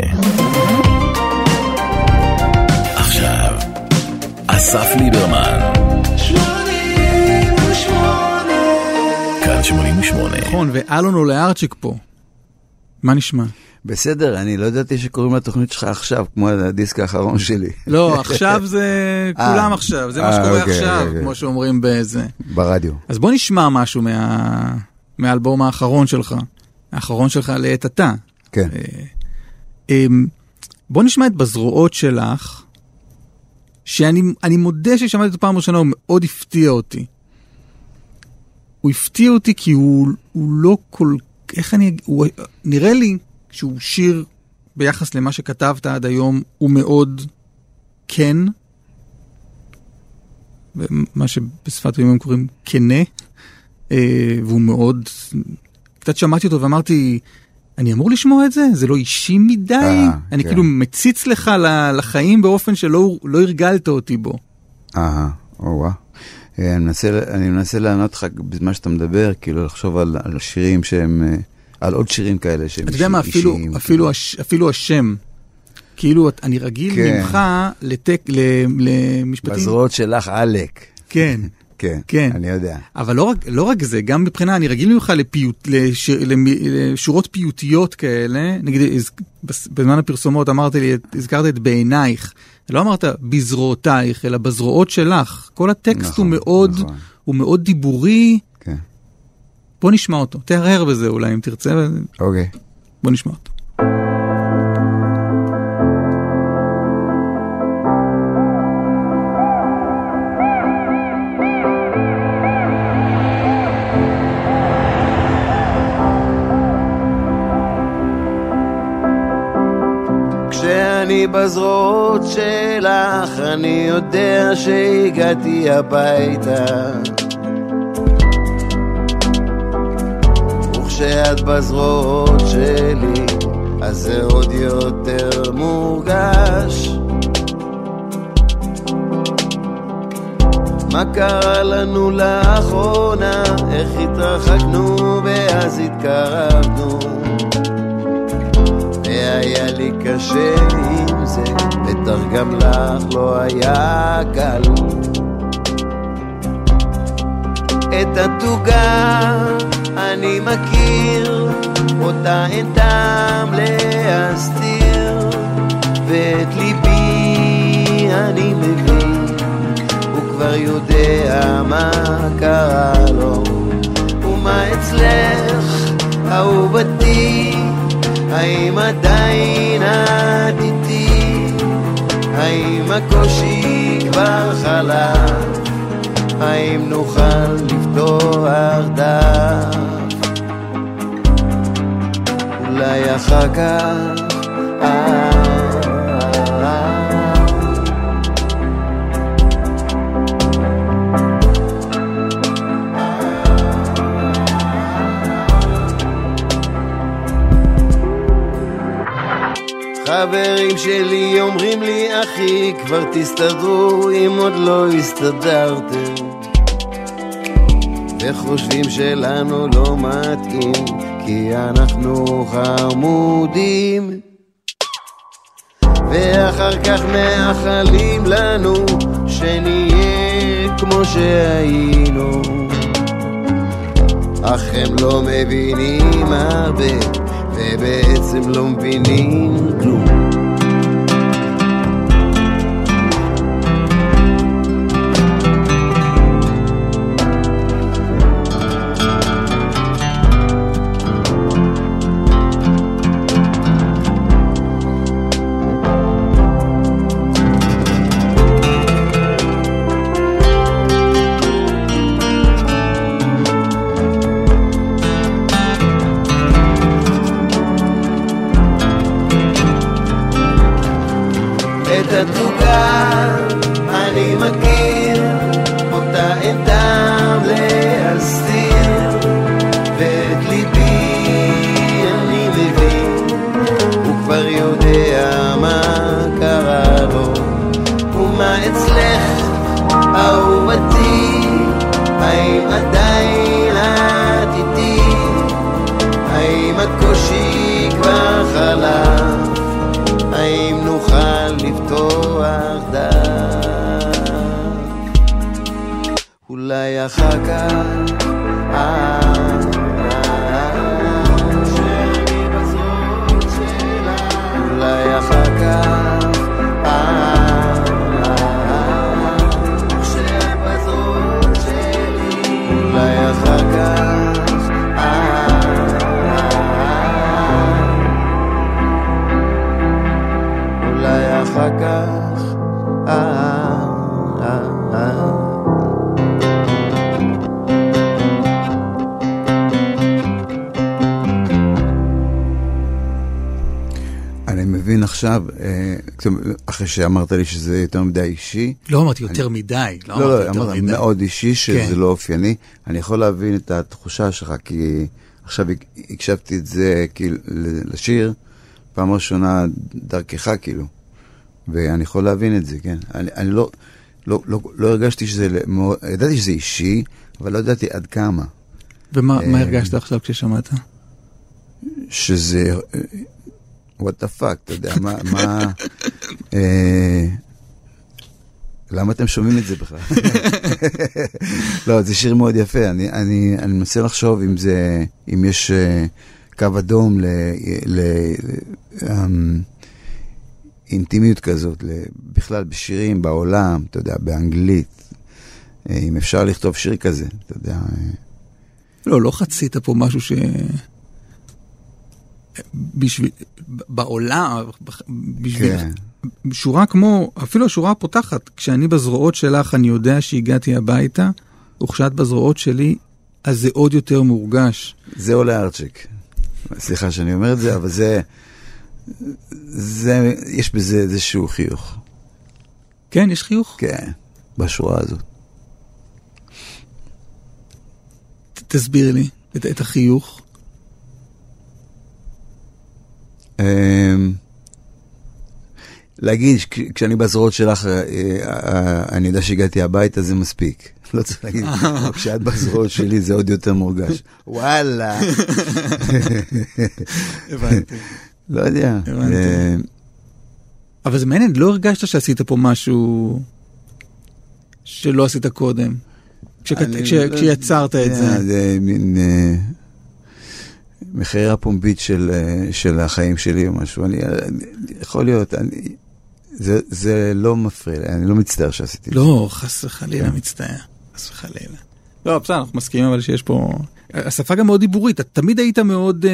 עכשיו אסף ליברמן 88 כאן 88 נכון, ואלון עולה ארצ'יק פה. מה נשמע? בסדר, אני לא ידעתי שקוראים לתוכנית שלך עכשיו, כמו הדיסק האחרון שלי. לא, עכשיו זה, כולם עכשיו, זה מה שקורה עכשיו, כמו שאומרים בזה. ברדיו. אז בוא נשמע משהו מהאלבום האחרון שלך, האחרון שלך לעת עתה. כן. בוא נשמע את בזרועות שלך, שאני מודה ששמעתי אותו פעם ראשונה, הוא מאוד הפתיע אותי. הוא הפתיע אותי כי הוא לא כל... איך אני... נראה לי שהוא שיר ביחס למה שכתבת עד היום, הוא מאוד כן, מה שבשפת הימים קוראים כנה, והוא מאוד... קצת שמעתי אותו ואמרתי, אני אמור לשמוע את זה? זה לא אישי מדי? אני כאילו מציץ לך לחיים באופן שלא הרגלת אותי בו. אני מנסה לענות לך בזמן שאתה מדבר, כאילו לחשוב על שירים שהם, על עוד שירים כאלה שהם אישיים. אתה יודע מה, אפילו השם, כאילו אני רגיל ממך למשפטים. בזרועות שלך עלק. כן. כן, אני יודע. אבל לא רק זה, גם מבחינה, אני רגיל ממך לשורות פיוטיות כאלה, נגיד, בזמן הפרסומות אמרת לי, הזכרת את בעינייך, לא אמרת בזרועותייך, אלא בזרועות שלך. כל הטקסט הוא מאוד דיבורי. כן. בוא נשמע אותו. תהרהר בזה אולי אם תרצה. אוקיי. בוא נשמע אותו. כשאני בזרועות שלך, אני יודע שהגעתי הביתה. וכשאת בזרועות שלי, אז זה עוד יותר מורגש. מה קרה לנו לאחרונה, איך התרחקנו ואז התקרבנו. והיה לי קשה עם זה, בטח גם לך לא היה קל. את התוגה אני מכיר, אותה אין טעם להסתיר, ואת ליבי אני מבין, הוא כבר יודע מה קרה לו. ומה אצלך אהובתי, האם עדיין את איתי? האם הקושי כבר חלף? האם נוכל לפתוח דף? אולי אחר כך חברים שלי אומרים לי, אחי, כבר תסתדרו אם עוד לא הסתדרתם, וחושבים שלנו לא מתאים כי אנחנו חמודים, ואחר כך מאחלים לנו שנהיה כמו שהיינו, אך הם לא מבינים הרבה ובעצם לא מבינים כלום. אני מכיר, אותה אין טעם להסתיר, ואת ליבי אני מבין, הוא כבר יודע מה קרה לו. ומה אצלך אהובתי, האם עדיין את איתי? האם הקושי כבר חלף? האם נוכל לפתוח דף? אולי אחר כך שאני בזרועות שלה, אולי אחר כך שבזרועות שלי, אולי אחר כך אולי אחר כך עכשיו, אחרי שאמרת לי שזה יותר מדי אישי. לא אמרתי יותר מדי. לא, אמרתי מאוד אישי, שזה לא אופייני. אני יכול להבין את התחושה שלך, כי עכשיו הקשבתי את זה לשיר, פעם ראשונה דרכך כאילו. ואני יכול להבין את זה, כן. אני לא הרגשתי שזה, ידעתי שזה אישי, אבל לא ידעתי עד כמה. ומה הרגשת עכשיו כששמעת? שזה, what the fuck, אתה יודע, למה אתם שומעים את זה בכלל? לא, זה שיר מאוד יפה, אני מנסה לחשוב אם יש קו אדום לאינטימיות כזאת, בכלל בשירים, בעולם, אתה יודע, באנגלית, אם אפשר לכתוב שיר כזה, אתה יודע. לא חצית פה משהו בשביל, בעולם, בשביל, שורה כמו, אפילו השורה הפותחת, כשאני בזרועות שלך, אני יודע שהגעתי הביתה, וכשאת בזרועות שלי, אז זה עוד יותר מורגש. זה עולה ארצ'יק. סליחה שאני אומר את זה, אבל יש בזה איזשהו חיוך. כן, יש חיוך? כן, בשורה הזאת. תסביר לי את החיוך. להגיד, כשאני בזרועות שלך, אני יודע שהגעתי הביתה, זה מספיק. לא צריך להגיד, כשאת בזרועות שלי זה עוד יותר מורגש. וואלה. הבנתי. לא יודע. אבל זה מעניין, לא הרגשת שעשית פה משהו שלא עשית קודם? כשיצרת את זה. זה מין מחיירה פומבית של החיים שלי או משהו. יכול להיות, זה לא מפריע לי, אני לא מצטער שעשיתי את זה. לא, חס וחלילה מצטער. חס וחלילה. לא, בסדר, אנחנו מסכימים אבל שיש פה... השפה גם מאוד דיבורית, אתה תמיד היית מאוד...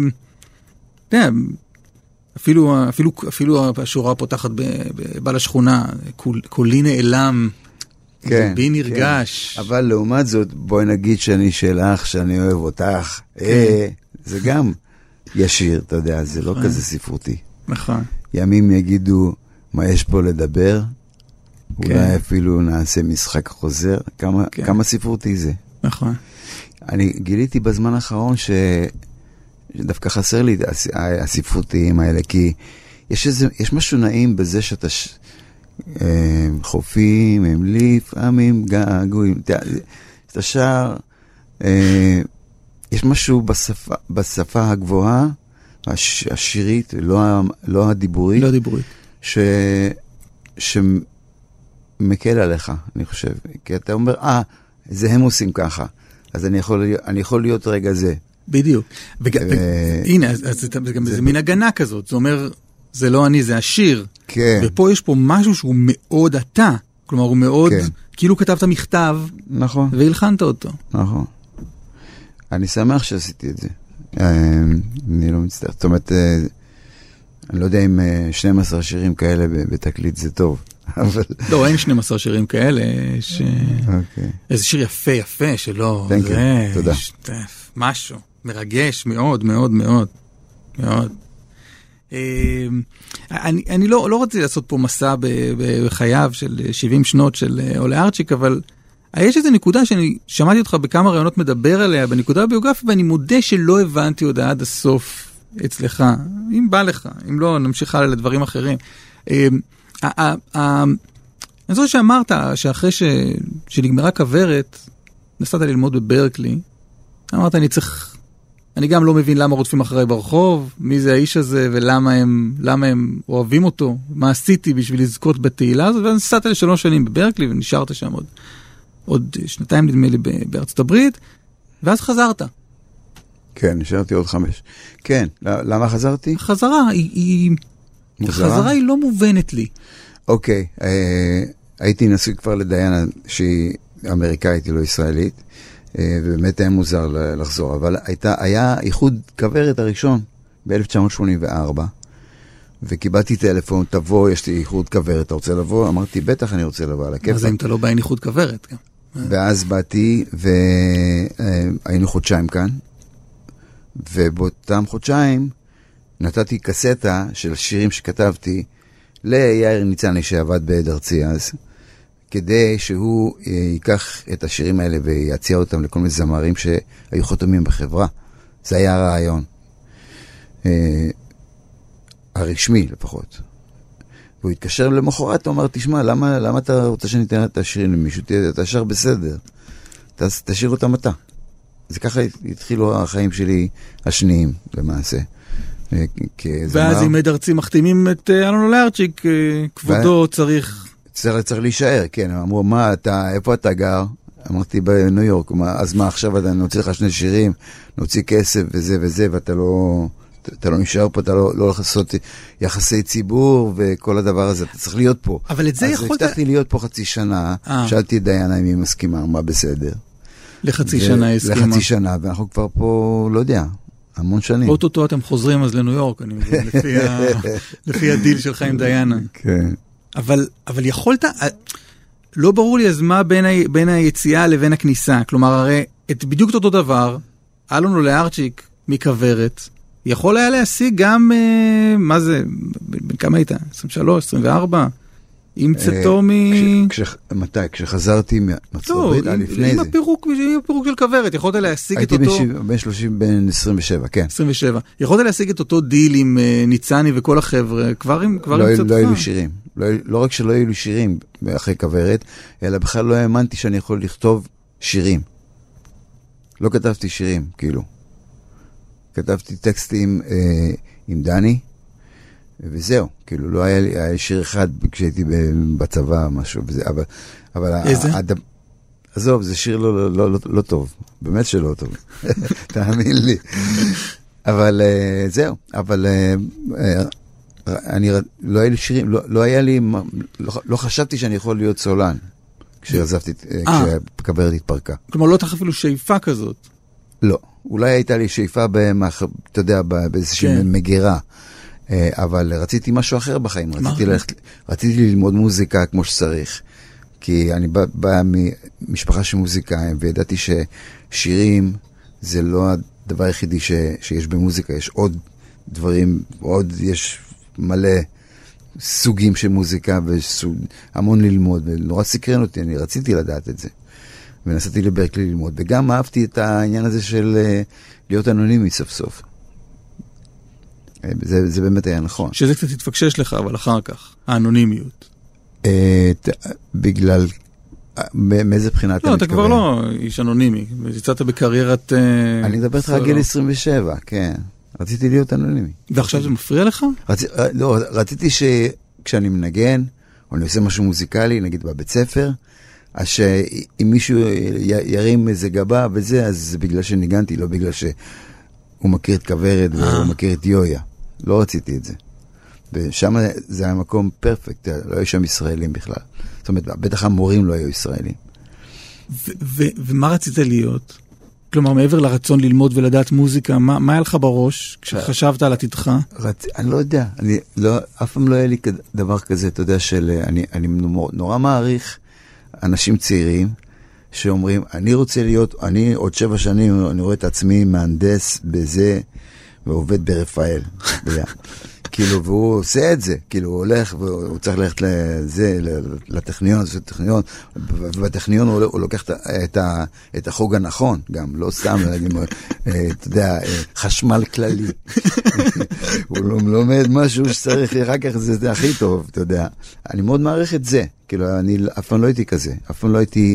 אפילו השורה פותחת בבעל השכונה, קולי נעלם, בי נרגש. אבל לעומת זאת, בואי נגיד שאני שלך, שאני אוהב אותך, זה גם ישיר, אתה יודע, זה לא כזה ספרותי. נכון. ימים יגידו, מה יש פה לדבר? אולי אפילו נעשה משחק חוזר. כמה ספרותי זה? נכון. אני גיליתי בזמן האחרון שדווקא חסר לי הספרותיים האלה, כי יש משהו נעים בזה שאתה חופים, הם לפעמים געגועים, אתה שר, יש משהו בשפה הגבוהה, השירית, לא הדיבורית, שמקל עליך, אני חושב. כי אתה אומר, זה הם עושים ככה, אז אני יכול להיות רגע זה. בדיוק. הנה, זה גם איזה מין הגנה כזאת, זה אומר, זה לא אני, זה השיר. כן. ופה יש פה משהו שהוא מאוד אתה, כלומר הוא מאוד, כאילו כתבת מכתב, נכון. והלחנת אותו. נכון. אני שמח שעשיתי את זה. אני לא מצטער. זאת אומרת, אני לא יודע אם 12 שירים כאלה בתקליט זה טוב. לא, אין 12 שירים כאלה. איזה שיר יפה יפה שלא. תודה. משהו. מרגש מאוד מאוד מאוד. מאוד. אני לא רציתי לעשות פה מסע בחייו של 70 שנות של עולה ארצ'יק, אבל יש איזו נקודה שאני שמעתי אותך בכמה רעיונות מדבר עליה, בנקודה הביוגרפיה, ואני מודה שלא הבנתי עוד עד הסוף אצלך. אם בא לך, אם לא, נמשיך הלאה לדברים אחרים. אני זוכר שאמרת שאחרי שנגמרה כברת, נסעת ללמוד בברקלי, אמרת אני גם לא מבין למה רודפים אחריי ברחוב, מי זה האיש הזה ולמה הם אוהבים אותו, מה עשיתי בשביל לזכות בתהילה הזאת, ונסעת ל3 שנים בברקלי ונשארת שם עוד 2 נדמה לי בארצות הברית, ואז חזרת. כן, נשארתי עוד 5. כן, למה חזרתי? החזרה היא לא מובנת לי. אוקיי, הייתי נשוי כבר לדיינה שהיא אמריקאית, היא לא ישראלית, ובאמת היה מוזר לחזור, אבל היה איחוד כברת הראשון ב-1984, וקיבלתי טלפון, תבוא, יש לי איחוד כברת, אתה רוצה לבוא? אמרתי, בטח אני רוצה לבוא על הכיף. אז אם אתה לא בא עם איחוד כברת, גם. ואז באתי, והיינו חודשיים כאן, ובאותם חודשיים נתתי קסטה של שירים שכתבתי ליאיר ניצני שעבד בעד ארצי אז, כדי שהוא ייקח את השירים האלה ויציע אותם לכל מיני זמרים שהיו חותמים בחברה. זה היה הרעיון. הרשמי לפחות. והוא התקשר למחרת, הוא אמר, תשמע, למה אתה רוצה שניתן את השירים למישהו? אתה שר בסדר. תשאיר אותם אתה. זה ככה התחילו החיים שלי השניים, למעשה. ואז עם עד ארצי מחתימים את אלון אוליירצ'יק, כבודו צריך להישאר, כן. הם אמרו, מה, איפה אתה גר? אמרתי בניו יורק, אז מה, עכשיו אתה נוציא לך 2 שירים, נוציא כסף וזה וזה, ואתה לא נשאר פה, אתה לא לעשות יחסי ציבור וכל הדבר הזה, אתה צריך להיות פה. אבל את זה יכולת... אז הבטחתי להיות פה חצי שנה, שאלתי את דיינה אם היא מסכימה, מה בסדר. לחצי שנה הסכימה. לחצי שנה, ואנחנו כבר פה, לא יודע, המון שנים. אוטוטו אתם חוזרים אז לניו יורק, אני מבין, לפי הדיל שלך עם דיינה. כן. אבל יכולת, לא ברור לי אז מה בין היציאה לבין הכניסה, כלומר הרי בדיוק אותו דבר, אלון אוליירצ'יק מכוורת, יכול היה להשיג גם, מה זה, בין כמה היית? 23, 24? עם צאתו מתי? כשחזרתי מארצות הברית? לפני זה. עם הפירוק של כוורת, יכולת להשיג את אותו... הייתי בין 27, כן. 27. יכולת להשיג את אותו דיל עם ניצני וכל החבר'ה, כבר עם צאתך. לא היו לי שירים. לא רק שלא היו לי שירים אחרי כוורת, אלא בכלל לא האמנתי שאני יכול לכתוב שירים. לא כתבתי שירים, כאילו. כתבתי טקסטים עם דני, וזהו, כאילו לא היה לי שיר אחד כשהייתי בצבא משהו, אבל איזה? עזוב, זה שיר לא טוב, באמת שלא טוב, תאמין לי. אבל זהו, אבל לא היה לי שירים, לא חשבתי שאני יכול להיות סולן, כשכוורת התפרקה. כלומר, לא תחת אפילו שאיפה כזאת. לא, אולי הייתה לי שאיפה אתה יודע, באיזושהי מגירה, אבל רציתי משהו אחר בחיים, רציתי ללמוד מוזיקה כמו שצריך, כי אני בא ממשפחה של מוזיקה, וידעתי ששירים זה לא הדבר היחידי שיש במוזיקה, יש עוד דברים, יש מלא סוגים של מוזיקה, והמון ללמוד, ונורא סקרן אותי, אני רציתי לדעת את זה. ונסעתי לברקלי ללמוד, וגם אהבתי את העניין הזה של להיות אנונימי סוף סוף. זה באמת היה נכון. שזה קצת התפקשש לך, אבל אחר כך, האנונימיות. בגלל, מאיזה בחינה אתה מתכוון? לא, אתה כבר לא איש אנונימי, יצאת בקריירת... אני מדבר איתך גיל 27, כן. רציתי להיות אנונימי. ועכשיו זה מפריע לך? לא, רציתי שכשאני מנגן, או אני עושה משהו מוזיקלי, נגיד בבית ספר, אז שאם מישהו ירים איזה גבה וזה, אז זה בגלל שניגנתי, לא בגלל שהוא מכיר את כוורת והוא מכיר את יויה. לא רציתי את זה. ושם זה היה מקום פרפקט, לא היו שם ישראלים בכלל. זאת אומרת, בטח המורים לא היו ישראלים. ומה רצית להיות? כלומר, מעבר לרצון ללמוד ולדעת מוזיקה, מה היה לך בראש כשחשבת על עתידך? אני לא יודע, אף פעם לא היה לי דבר כזה, אתה יודע, אני נורא מעריך אנשים צעירים שאומרים, אני רוצה להיות, אני עוד 7 שנים, אני רואה את עצמי מהנדס בזה, ועובד ברפאל. כאילו, והוא עושה את זה, כאילו, הוא הולך, והוא צריך ללכת לזה, לטכניון, ובטכניון הוא לוקח את החוג הנכון, גם, לא סתם, אתה יודע, חשמל כללי. הוא לומד משהו שצריך, אחר כך זה הכי טוב, אתה יודע. אני מאוד מעריך את זה, כאילו, אני אף פעם לא הייתי כזה, אף פעם לא הייתי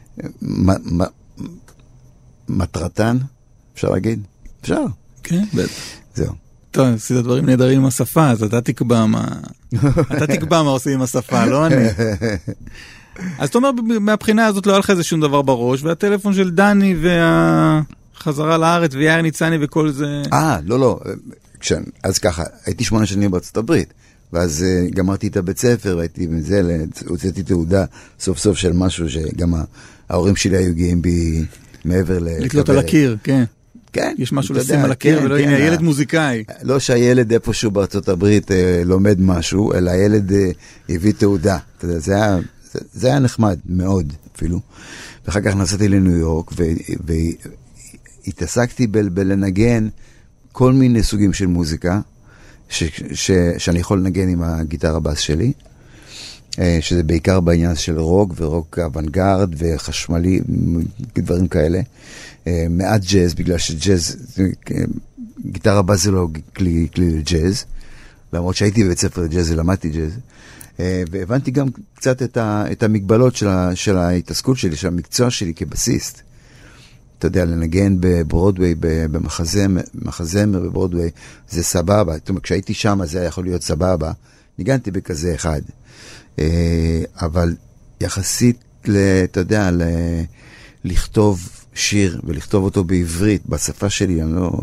מטרתן, אפשר להגיד? אפשר. כן, בטח. זהו. טוב, עשית דברים נהדרים עם השפה, אז אתה תקבע מה עושים עם השפה, לא אני. אז אתה אומר, מהבחינה הזאת לא היה לך איזה שום דבר בראש, והטלפון של דני והחזרה לארץ ויאיר ניצני וכל זה... לא. אז ככה, הייתי 8 שנים בארצות הברית, ואז גמרתי את הבית ספר, והייתי בזה, הוצאתי תעודה סוף סוף של משהו שגם ההורים שלי היו גאים בי מעבר לקלוט על הקיר, כן. כן. יש משהו לשים על הקיר, ולא הנה, הילד מוזיקאי. לא שהילד איפשהו בארצות הברית לומד משהו, אלא הילד הביא תעודה. זה היה נחמד מאוד אפילו. ואחר כך נסעתי לניו יורק, והתעסקתי בלנגן כל מיני סוגים של מוזיקה, שאני יכול לנגן עם הגיטרה בס שלי, שזה בעיקר בעניין של רוק ורוק אוונגרד וחשמלי, דברים כאלה. מעט ג'אז, בגלל שג'אז, גיטרה בס זה לא כלי לג'אז, למרות שהייתי בבית ספר לג'אז ולמדתי ג'אז. והבנתי גם קצת את המגבלות של ההתעסקות שלי, של המקצוע שלי כבסיסט. אתה יודע, לנגן בברודווי, במחזמר בברודווי, זה סבבה. זאת אומרת, כשהייתי שם, זה יכול להיות סבבה. ניגנתי בכזה אחד. אבל יחסית, אתה יודע, לכתוב שיר, ולכתוב אותו בעברית, בשפה שלי,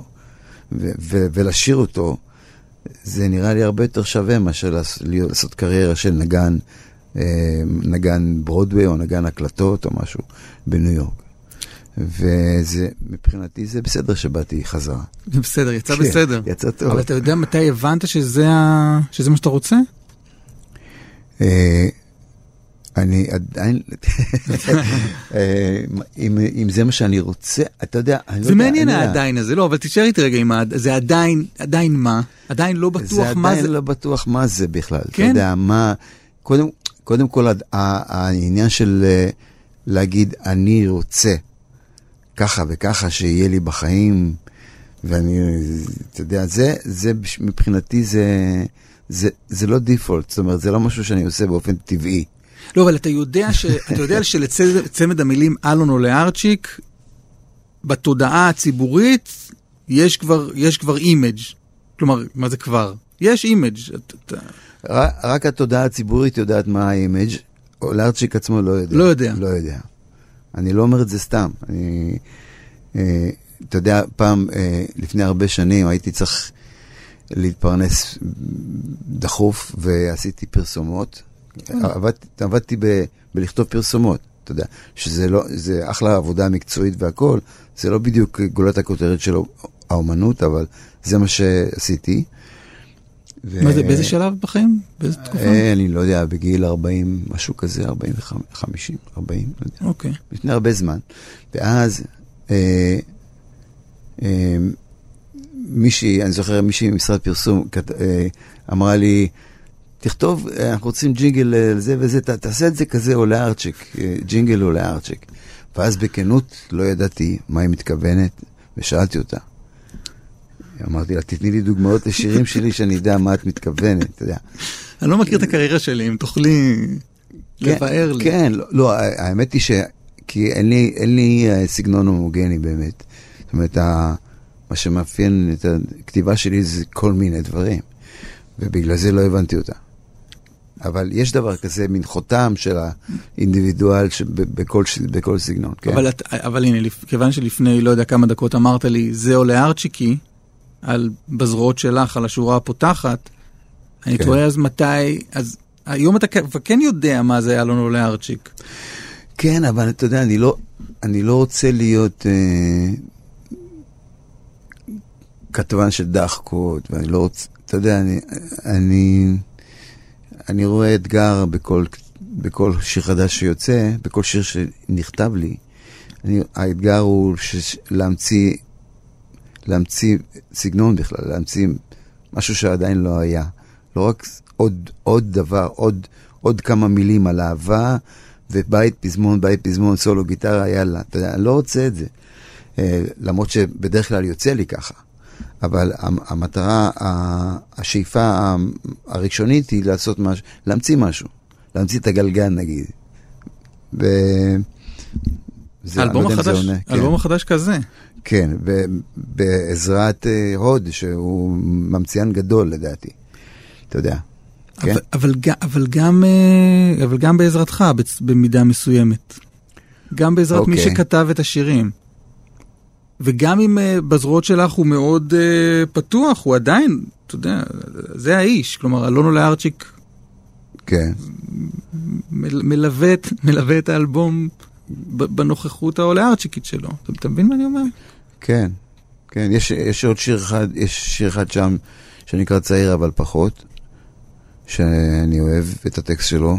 ולשיר אותו, זה נראה לי הרבה יותר שווה מאשר לעשות קריירה של נגן ברודווי, או נגן הקלטות, או משהו, בניו יורק. וזה, מבחינתי זה בסדר שבאתי חזרה. זה בסדר, יצא בסדר. יצא טוב. אבל אתה יודע מתי הבנת שזה מה שאתה רוצה? אני עדיין, אם זה מה שאני רוצה, אתה יודע, זה מעניין העדיין הזה, לא, אבל תשאר איתי רגע, זה עדיין מה? עדיין לא בטוח מה זה? זה עדיין לא בטוח מה זה בכלל. אתה יודע, מה, קודם כל, העניין של להגיד, אני רוצה ככה וככה שיהיה לי בחיים, ואני, אתה יודע, זה מבחינתי זה לא דיפולט, זאת אומרת, זה לא משהו שאני עושה באופן טבעי. לא, אבל אתה יודע שלצמד המילים אלון או לארצ'יק, בתודעה הציבורית, יש כבר אימג'. כלומר, מה זה כבר? יש אימג'. רק התודעה הציבורית יודעת מה האימג', או לארצ'יק עצמו לא יודע. לא יודע. אני לא אומר את זה סתם. אתה יודע, פעם, לפני הרבה שנים, הייתי צריך להתפרנס דחוף, ועשיתי פרסומות. עבדתי בלכתוב פרסומות, אתה יודע, שזה לא, זה אחלה עבודה מקצועית והכל, זה לא בדיוק גולת הכותרת של האומנות, אבל זה מה שעשיתי. מה זה, באיזה שלב בחיים? באיזה תקופה? אני לא יודע, בגיל 40, משהו כזה, 50, 40, לא יודע. אוקיי. לפני הרבה זמן. ואז, אני זוכר, מישהי ממשרד פרסום אמרה לי, תכתוב, אנחנו רוצים ג'ינגל לזה וזה, תעשה את זה כזה או לארצ'יק, ג'ינגל או לארצ'יק. ואז בכנות לא ידעתי מה היא מתכוונת, ושאלתי אותה. אמרתי לה, תתני לי דוגמאות לשירים שלי שאני יודע מה את מתכוונת, אתה יודע. אני לא מכיר את הקריירה שלי, אם תוכלי לבאר לי. כן, לא, האמת היא כי אין לי סגנון הומוגני באמת. זאת אומרת, מה שמאפיין את הכתיבה שלי זה כל מיני דברים. ובגלל זה לא הבנתי אותה. אבל יש דבר כזה, מין חותם של האינדיבידואל בכל סגנון. כן? אבל הנה, כיוון שלפני לא יודע כמה דקות אמרת לי, זה עולה ארצ'יקי, בזרועות שלך, על השורה הפותחת, אני תוהה אז מתי, אז היום אתה כן יודע מה זה אלון עולה ארצ'יק. כן, אבל אתה יודע, אני לא רוצה להיות כתבן של דחקות, ואני לא רוצה, אתה יודע, אני רואה אתגר בכל שיר חדש שיוצא, בכל שיר שנכתב לי. האתגר הוא להמציא סגנון בכלל, להמציא משהו שעדיין לא היה. לא רק עוד דבר, עוד כמה מילים על אהבה, ובית פזמון, סולו, גיטרה, יאללה. אתה יודע, אני לא רוצה את זה. למרות שבדרך כלל יוצא לי ככה. אבל המטרה, השאיפה הראשונית היא לעשות משהו, להמציא משהו, להמציא את הגלגן נגיד. אלבום החדש כזה. כן, בעזרת הוד, שהוא ממציאן גדול לדעתי, אתה יודע. אבל גם בעזרתך במידה מסוימת. גם בעזרת מי שכתב את השירים. וגם אם בזרועות שלך הוא מאוד פתוח, הוא עדיין, אתה יודע, זה האיש. כלומר, אלון עולה ארצ'יק כן. מלווה את האלבום בנוכחות העולה ארצ'יקית שלו. אתה מבין מה אני אומר? כן, כן. יש עוד שיר אחד שם שנקרא צעיר אבל פחות, שאני אוהב את הטקסט שלו.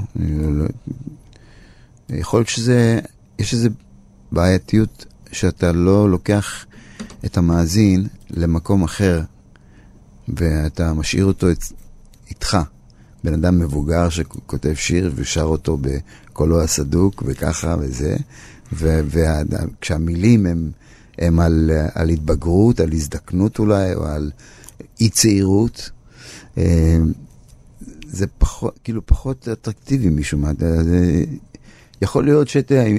יכול להיות יש איזו בעייתיות שאתה לא לוקח את המאזין למקום אחר, ואתה משאיר אותו איתך. בן אדם מבוגר שכותב שיר ושר אותו בקולו הסדוק וככה וזה, וכשהמילים הם על התבגרות, על הזדקנות אולי, או על אי צעירות, זה פחות, כאילו פחות אטרקטיבי משום מה. יכול להיות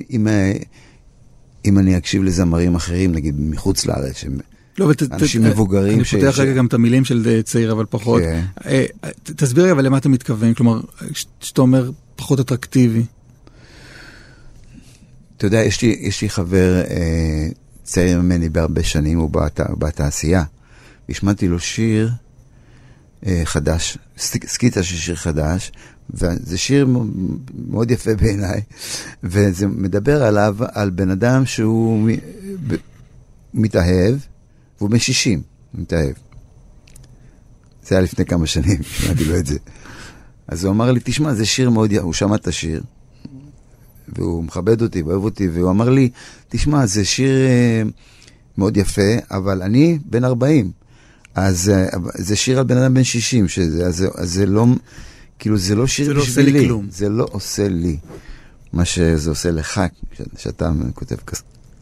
אם אני אקשיב לזמרים אחרים, נגיד מחוץ לארץ, שהם אנשים מבוגרים. אני פותח רגע גם את המילים של צעיר, אבל פחות. תסביר אבל למה אתה מתכוון, כלומר, שאתה אומר פחות אטרקטיבי. אתה יודע, יש לי חבר צעיר ממני בהרבה שנים, הוא בתעשייה. השמעתי לו שיר חדש, סקיצה של שיר חדש, וזה שיר מאוד יפה בעיניי, וזה מדבר עליו, על בן אדם שהוא מתאהב, והוא מ-60, מתאהב. זה היה לפני כמה שנים, שמעתי לו את זה. אז הוא אמר לי, תשמע, זה שיר מאוד יפה, הוא שמע את השיר, והוא מכבד אותי, ואוהב אותי, והוא אמר לי, תשמע, זה שיר מאוד יפה, אבל אני בן 40, אז זה שיר על בן אדם בן 60, אז זה לא, כאילו זה לא שיר בשבילי, זה לא עושה לי, מה שזה עושה לך, שאתה כותב כזה.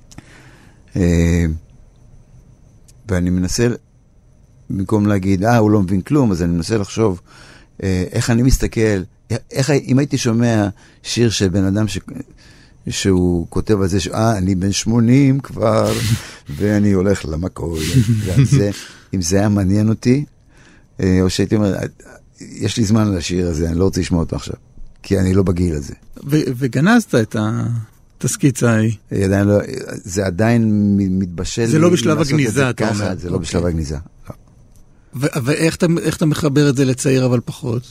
ואני מנסה, במקום להגיד, הוא לא מבין כלום, אז אני מנסה לחשוב, איך אני מסתכל, אם הייתי שומע שיר של בן אדם שהוא כותב על זה, אני בן 80 כבר, ואני הולך למקום, אם זה היה מעניין אותי, או שהייתי אומר, יש לי זמן על השיר הזה, אני לא רוצה לשמוע אותו עכשיו, כי אני לא בגיל הזה. וגנזת את הסקיצה ההיא. זה עדיין מתבשל. זה לא בשלב הגניזה, אתה אומר. זה לא בשלב הגניזה. ואיך אתה מחבר את זה לצעיר אבל פחות?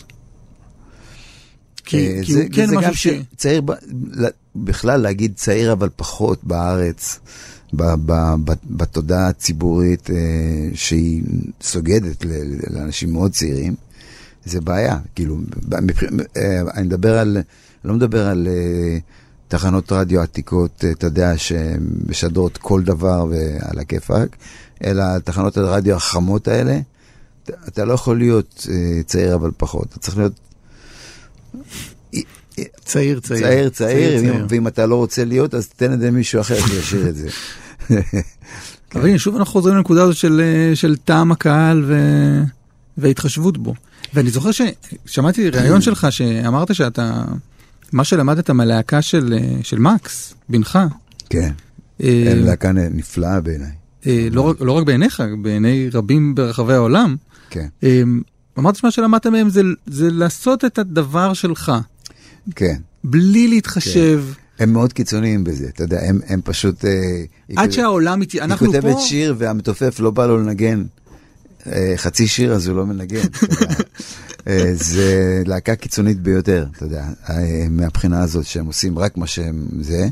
כי הוא כן משהו ש... צעיר, בכלל להגיד צעיר אבל פחות בארץ, בתודעה הציבורית שהיא סוגדת לאנשים מאוד צעירים, זה בעיה. כאילו, אני לא מדבר על תחנות רדיו עתיקות, אתה יודע, שמשדרות כל דבר ועל הכיפק, אלא תחנות הרדיו החמות האלה, אתה לא יכול להיות צעיר אבל פחות. אתה צריך להיות צעיר. ואם אתה לא רוצה להיות, אז תן את זה מישהו אחר שישאיר את זה. אבל הנה, שוב אנחנו חוזרים לנקודה הזאת של טעם הקהל וההתחשבות בו. ואני זוכר ששמעתי רעיון שלך שאמרת שאתה, מה שלמדת מהלהקה של מקס, בנך. כן, להקה נפלאה בעיניי. לא רק בעיניך, בעיני רבים ברחבי העולם. כן. אמרת שמה שלמדת מהם זה לעשות את הדבר שלך. כן. בלי להתחשב. הם מאוד קיצוניים בזה, אתה יודע, הם פשוט... עד שהעולם, אנחנו פה... היא כותבת שיר והמתופף לא בא לו לנגן חצי שיר, אז הוא לא מנגן. זה להקה קיצונית ביותר, אתה יודע, מהבחינה הזאת שהם עושים רק מה שהם זה.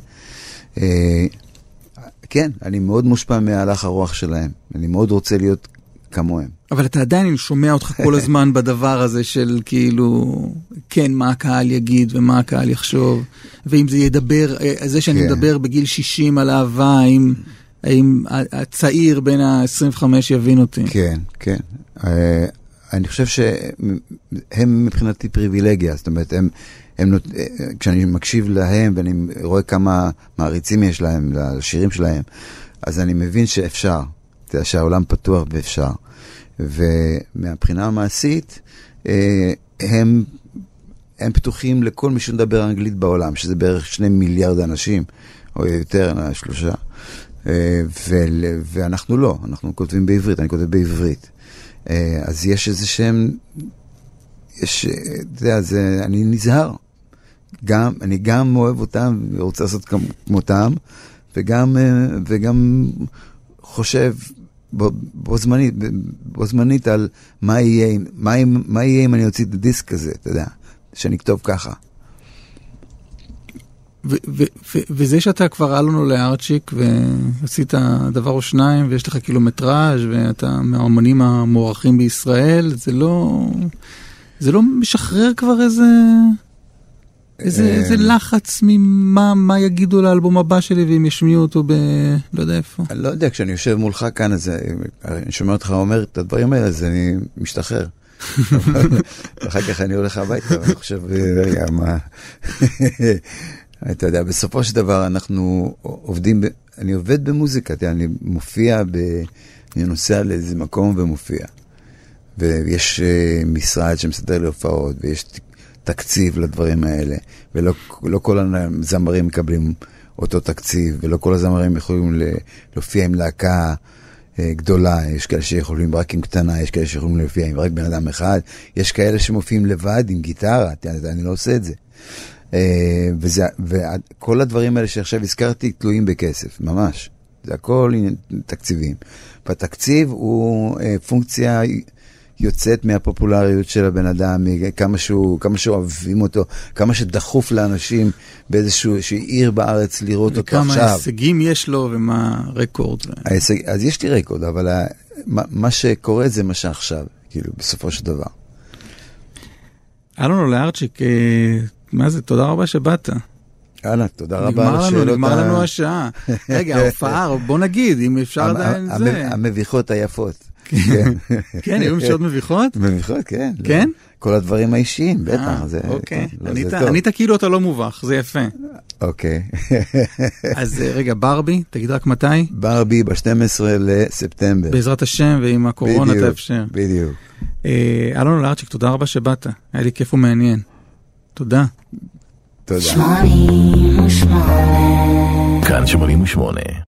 כן, אני מאוד מושפע מהלך הרוח שלהם. אני מאוד רוצה להיות כמוהם. אבל אתה עדיין שומע אותך כל הזמן בדבר הזה של כאילו, כן, מה הקהל יגיד ומה הקהל יחשוב, ואם זה ידבר, זה שאני מדבר בגיל 60 על אהבה, האם הצעיר בין ה-25 יבין אותי. כן, כן. אני חושב שהם מבחינתי פריבילגיה, זאת אומרת, כשאני מקשיב להם ואני רואה כמה מעריצים יש להם, לשירים שלהם, אז אני מבין שאפשר, שהעולם פתוח ואפשר. ומהבחינה המעשית, הם פתוחים לכל מי שמדבר אנגלית בעולם, שזה בערך 2 מיליארד אנשים, או יותר, 3. ואנחנו לא, אנחנו כותבים בעברית, אני כותב בעברית. אז יש איזה שהם, אני נזהר. אני גם אוהב אותם ורוצה לעשות כמותם, וגם חושב בו זמנית על מה יהיה אם אני אוציא את הדיסק הזה, אתה יודע, שאני אכתוב ככה. וזה שאתה כבר עלנו לארצ'יק ועשית דבר או שניים ויש לך קילומטראז' ואתה מהאומנים המוערכים בישראל, זה לא משחרר כבר איזה... איזה לחץ ממה יגידו לאלבום הבא שלי, ואם ישמיעו אותו לא יודע איפה. אני לא יודע, כשאני יושב מולך כאן, אז אני שומע אותך אומר את הדברים האלה, אז אני משתחרר. ואחר כך אני הולך הביתה, ואני חושב, רגע, מה... אתה יודע, בסופו של דבר אנחנו עובדים, אני עובד במוזיקה, אני מופיע, אני נוסע לאיזה מקום ומופיע. ויש משרד שמסדר להופעות, ויש תקציב לדברים האלה, ולא כל הזמרים מקבלים אותו תקציב, ולא כל הזמרים יכולים להופיע עם להקה גדולה, יש כאלה שיכולים רק עם קטנה, יש כאלה שיכולים להופיע עם רק בן אדם אחד, יש כאלה שמופיעים לבד עם גיטרה, אני לא עושה את זה. וכל הדברים האלה שעכשיו הזכרתי תלויים בכסף, ממש. זה הכל תקציבים. והתקציב הוא פונקציה יוצאת מהפופולריות של הבן אדם, כמה שאוהבים אותו, כמה שדחוף לאנשים באיזושהי עיר בארץ לראות אותו עכשיו. וכמה הישגים יש לו ומה רקורד. אז יש לי רקורד, אבל מה שקורה זה מה שעכשיו, כאילו, בסופו של דבר. אלון אולארצ'יק, מה זה? תודה רבה שבאת. יאללה, תודה רבה על השאלות. נגמר לנו השעה. רגע, ההופעה, בוא נגיד, אם אפשר עדיין זה. המביכות היפות. כן, היו שאלות מביכות? מביכות, כן. כן? כל הדברים האישיים, בטח. אוקיי, ענית כאילו אתה לא מובך, זה יפה. אוקיי. אז רגע, ברבי, תגיד רק מתי? ברבי ב-12 לספטמבר. בעזרת השם, ועם הקורונה תאפשר. בדיוק. אלון אולארצ'יק, תודה רבה שבאת. היה לי כיף ומעניין. תודה. תודה. 88 כאן 88